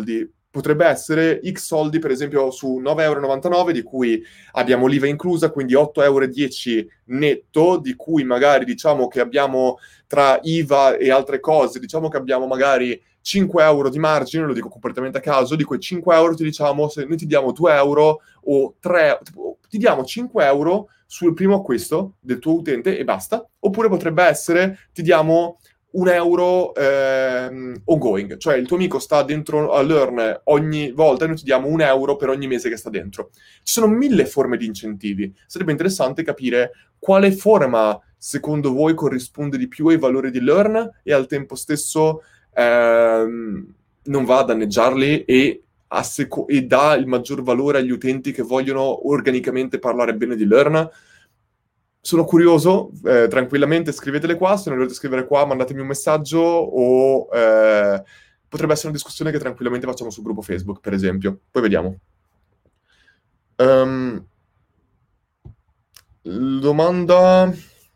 potrebbe essere X soldi, per esempio, su 9,99 €, di cui abbiamo l'IVA inclusa, quindi 8,10 € netto, di cui magari diciamo che abbiamo tra IVA e altre cose, diciamo che abbiamo magari 5 euro di margine, lo dico completamente a caso, di quei 5 euro ti diciamo, se noi ti diamo 2 euro o 3, tipo, ti diamo 5 euro sul primo acquisto del tuo utente e basta, oppure potrebbe essere ti diamo 1 euro ongoing, cioè il tuo amico sta dentro a Learn ogni volta e noi ti diamo 1 euro per ogni mese che sta dentro. Ci sono 1000 forme di incentivi, sarebbe interessante capire quale forma secondo voi corrisponde di più ai valori di Learn e al tempo stesso non va a danneggiarli e dà il maggior valore agli utenti che vogliono organicamente parlare bene di Learn. Sono curioso, tranquillamente scrivetele qua, se non volete scrivere qua mandatemi un messaggio o potrebbe essere una discussione che tranquillamente facciamo sul gruppo Facebook, per esempio. Poi vediamo. Domanda...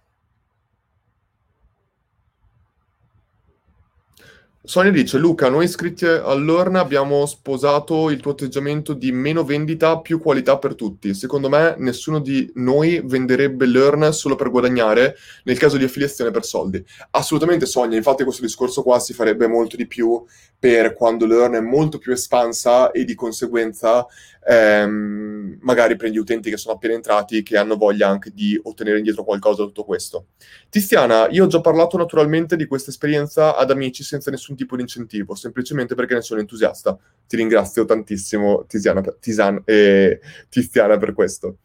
Sonia dice, Luca, noi iscritti all'Orna abbiamo sposato il tuo atteggiamento di meno vendita, più qualità per tutti. Secondo me nessuno di noi venderebbe l'Earn solo per guadagnare nel caso di affiliazione per soldi. Assolutamente Sonia, infatti questo discorso qua si farebbe molto di più per quando l'Earn è molto più espansa e di conseguenza magari per gli utenti che sono appena entrati che hanno voglia anche di ottenere indietro qualcosa da tutto questo. Tiziana, io ho già parlato naturalmente di questa esperienza ad amici senza nessun tipo di incentivo, semplicemente perché ne sono entusiasta. Ti ringrazio tantissimo, Tiziana, per questo.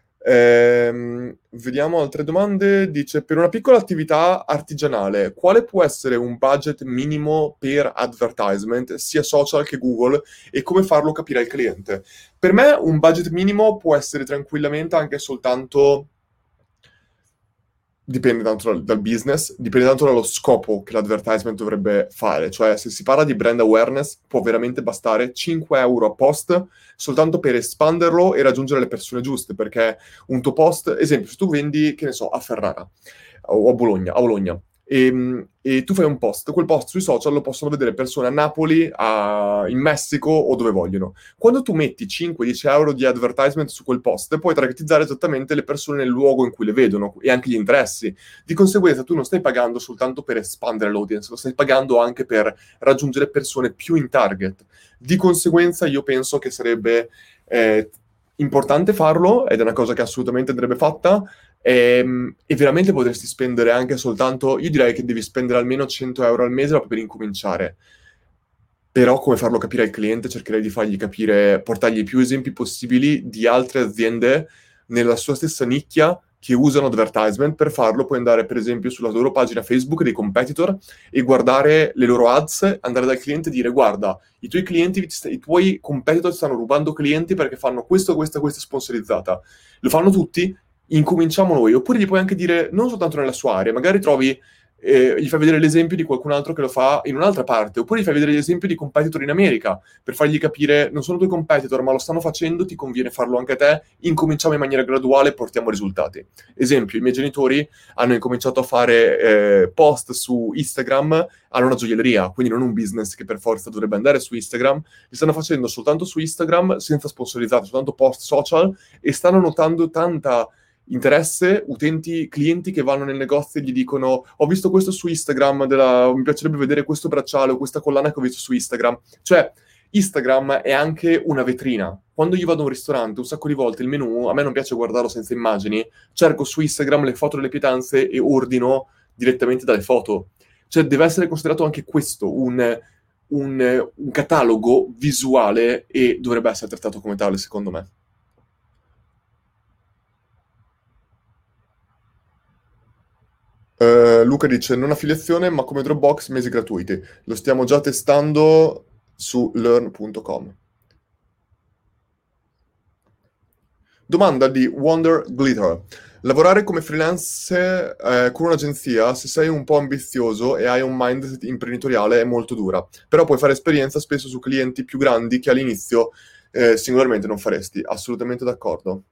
Vediamo altre domande. Dice, per una piccola attività artigianale, quale può essere un budget minimo per advertisement, sia social che Google, e come farlo capire al cliente? Per me un budget minimo può essere tranquillamente anche soltanto... Dipende tanto dal business, dipende tanto dallo scopo che l'advertisement dovrebbe fare. Cioè, se si parla di brand awareness, può veramente bastare 5 euro a post soltanto per espanderlo e raggiungere le persone giuste. Perché un tuo post, esempio, se tu vendi, che ne so, a Ferrara o a Bologna, e tu fai un post, quel post sui social lo possono vedere persone a Napoli, in Messico o dove vogliono. Quando tu metti 5-10 euro di advertisement su quel post, puoi targetizzare esattamente le persone nel luogo in cui le vedono e anche gli interessi. Di conseguenza tu non stai pagando soltanto per espandere l'audience, lo stai pagando anche per raggiungere persone più in target. Di conseguenza io penso che sarebbe importante farlo, ed è una cosa che assolutamente andrebbe fatta, e veramente potresti spendere anche soltanto, io direi che devi spendere almeno 100 euro al mese proprio per incominciare. Però come farlo capire al cliente, cercherei di fargli capire, portargli più esempi possibili di altre aziende nella sua stessa nicchia che usano advertisement. Per farlo puoi andare per esempio sulla loro pagina Facebook dei competitor e guardare le loro ads, andare dal cliente e dire guarda, i tuoi clienti, i tuoi competitor stanno rubando clienti perché fanno questo, questa, questa sponsorizzata. Lo fanno tutti? Incominciamo noi. Oppure gli puoi anche dire, non soltanto nella sua area, magari trovi gli fai vedere l'esempio di qualcun altro che lo fa in un'altra parte, oppure gli fai vedere l'esempio di competitor in America, per fargli capire, non sono tuoi competitor, ma lo stanno facendo, ti conviene farlo anche a te, incominciamo in maniera graduale e portiamo risultati. Esempio, i miei genitori hanno incominciato a fare post su Instagram, hanno una gioielleria, quindi non un business che per forza dovrebbe andare su Instagram, li stanno facendo soltanto su Instagram, senza sponsorizzati, soltanto post social, e stanno notando tanta interesse, utenti, clienti che vanno nel negozio e gli dicono ho visto questo su Instagram, mi piacerebbe vedere questo bracciale o questa collana che ho visto su Instagram. Cioè, Instagram è anche una vetrina. Quando io vado a un ristorante, un sacco di volte il menù, a me non piace guardarlo senza immagini, cerco su Instagram le foto delle pietanze e ordino direttamente dalle foto. Cioè, deve essere considerato anche questo un catalogo visuale e dovrebbe essere trattato come tale, secondo me. Luca dice non affiliazione ma come Dropbox mesi gratuiti. Lo stiamo già testando su learn.com. Domanda di Wonder Glitter. Lavorare come freelance con un'agenzia, se sei un po' ambizioso e hai un mindset imprenditoriale, è molto dura. Però puoi fare esperienza spesso su clienti più grandi che all'inizio singolarmente non faresti. Assolutamente d'accordo.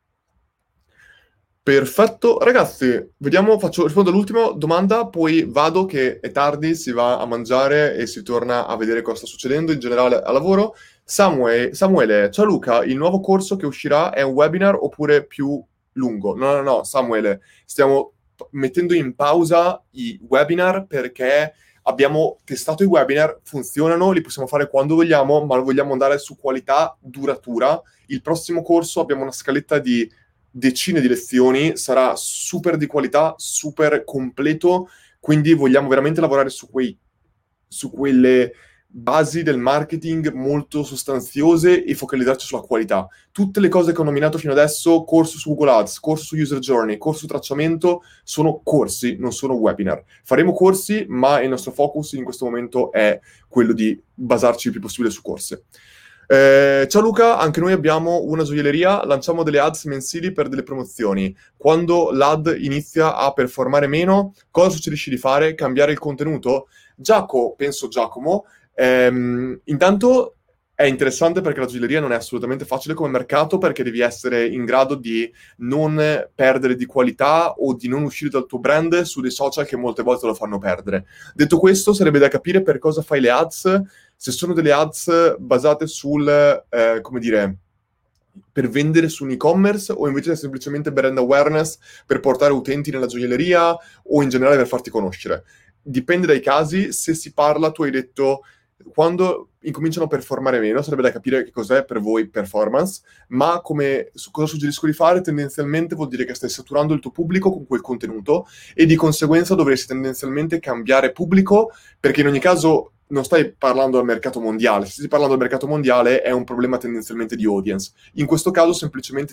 Perfetto, ragazzi, vediamo, rispondo all'ultima domanda, poi vado che è tardi, si va a mangiare e si torna a vedere cosa sta succedendo in generale a lavoro. Samuele, ciao Luca, il nuovo corso che uscirà è un webinar oppure più lungo? No, no, no, Samuele, stiamo mettendo in pausa i webinar perché abbiamo testato i webinar, funzionano, li possiamo fare quando vogliamo, ma vogliamo andare su qualità duratura. Il prossimo corso abbiamo una scaletta di decine di lezioni, sarà super di qualità, super completo, quindi vogliamo veramente lavorare su quelle basi del marketing molto sostanziose e focalizzarci sulla qualità. Tutte le cose che ho nominato fino adesso, corso su Google Ads, corso su User Journey, corso su tracciamento, sono corsi, non sono webinar. Faremo corsi, ma il nostro focus in questo momento è quello di basarci il più possibile su corsi. Ciao Luca, anche noi abbiamo una gioielleria, lanciamo delle ads mensili per delle promozioni. Quando l'ad inizia a performare meno, cosa suggerisci di fare? Cambiare il contenuto? Penso Giacomo, intanto è interessante perché la gioielleria non è assolutamente facile come mercato perché devi essere in grado di non perdere di qualità o di non uscire dal tuo brand su dei social che molte volte lo fanno perdere. Detto questo, sarebbe da capire per cosa fai le ads, se sono delle ads basate come dire, per vendere su un e-commerce o invece è semplicemente brand awareness per portare utenti nella gioielleria o in generale per farti conoscere. Dipende dai casi, se si parla, tu hai detto, quando incominciano a performare meno, sarebbe da capire che cos'è per voi performance, ma cosa suggerisco di fare? Tendenzialmente vuol dire che stai saturando il tuo pubblico con quel contenuto e di conseguenza dovresti tendenzialmente cambiare pubblico, perché in ogni caso non stai parlando del mercato mondiale. Se stai parlando del mercato mondiale è un problema tendenzialmente di audience. In questo caso semplicemente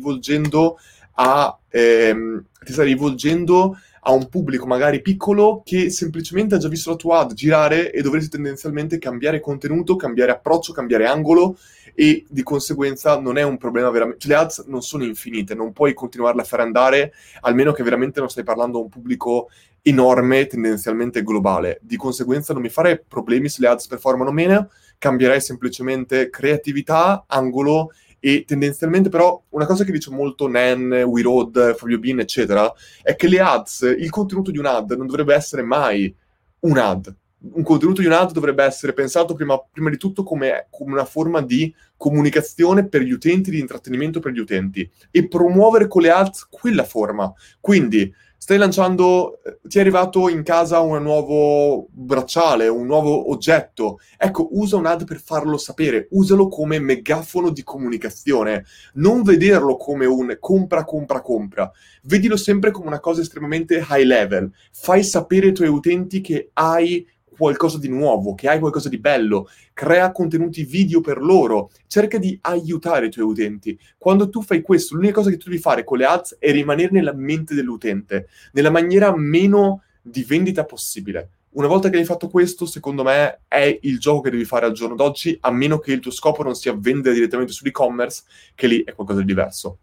ti stai rivolgendo a un pubblico magari piccolo che semplicemente ha già visto la tua ad girare e dovresti tendenzialmente cambiare contenuto, cambiare approccio, cambiare angolo e di conseguenza non è un problema veramente. Cioè, le ads non sono infinite, non puoi continuarle a fare andare almeno che veramente non stai parlando a un pubblico enorme, tendenzialmente globale. Di conseguenza non mi fare problemi se le ads performano meno, cambierei semplicemente creatività, angolo e tendenzialmente però una cosa che dice molto Nan, We Road, Fabio Bean, eccetera, è che le ads, il contenuto di un'ad non dovrebbe essere mai un'ad. Un contenuto di un'ad dovrebbe essere pensato prima di tutto come una forma di comunicazione per gli utenti, di intrattenimento per gli utenti e promuovere con le ads quella forma. Quindi stai lanciando, ti è arrivato in casa un nuovo bracciale, un nuovo oggetto. Ecco, usa un'ad per farlo sapere, usalo come megafono di comunicazione, non vederlo come un compra, compra, compra. Vedilo sempre come una cosa estremamente high level. Fai sapere ai tuoi utenti che hai qualcosa di nuovo, che hai qualcosa di bello, crea contenuti video per loro, cerca di aiutare i tuoi utenti. Quando tu fai questo, l'unica cosa che tu devi fare con le ads è rimanere nella mente dell'utente, nella maniera meno di vendita possibile. Una volta che hai fatto questo, secondo me, è il gioco che devi fare al giorno d'oggi, a meno che il tuo scopo non sia vendere direttamente sull'e-commerce, che lì è qualcosa di diverso.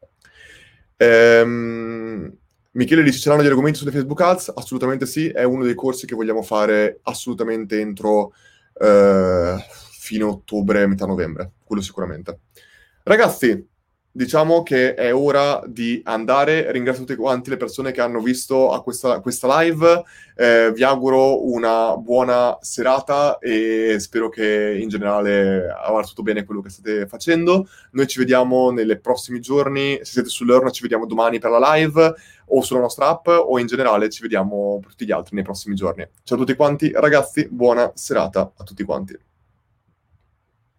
Michele dice: ce l'hanno gli argomenti sulle Facebook Ads? Assolutamente sì, è uno dei corsi che vogliamo fare assolutamente entro fine ottobre, metà novembre, quello sicuramente. Ragazzi, diciamo che è ora di andare. Ringrazio tutti quanti le persone che hanno visto questa live. Vi auguro una buona serata e spero che in generale avrà tutto bene quello che state facendo. Noi ci vediamo nei prossimi giorni. Se siete sull'Earn, ci vediamo domani per la live o sulla nostra app o in generale ci vediamo per tutti gli altri nei prossimi giorni. Ciao a tutti quanti, ragazzi, buona serata a tutti quanti.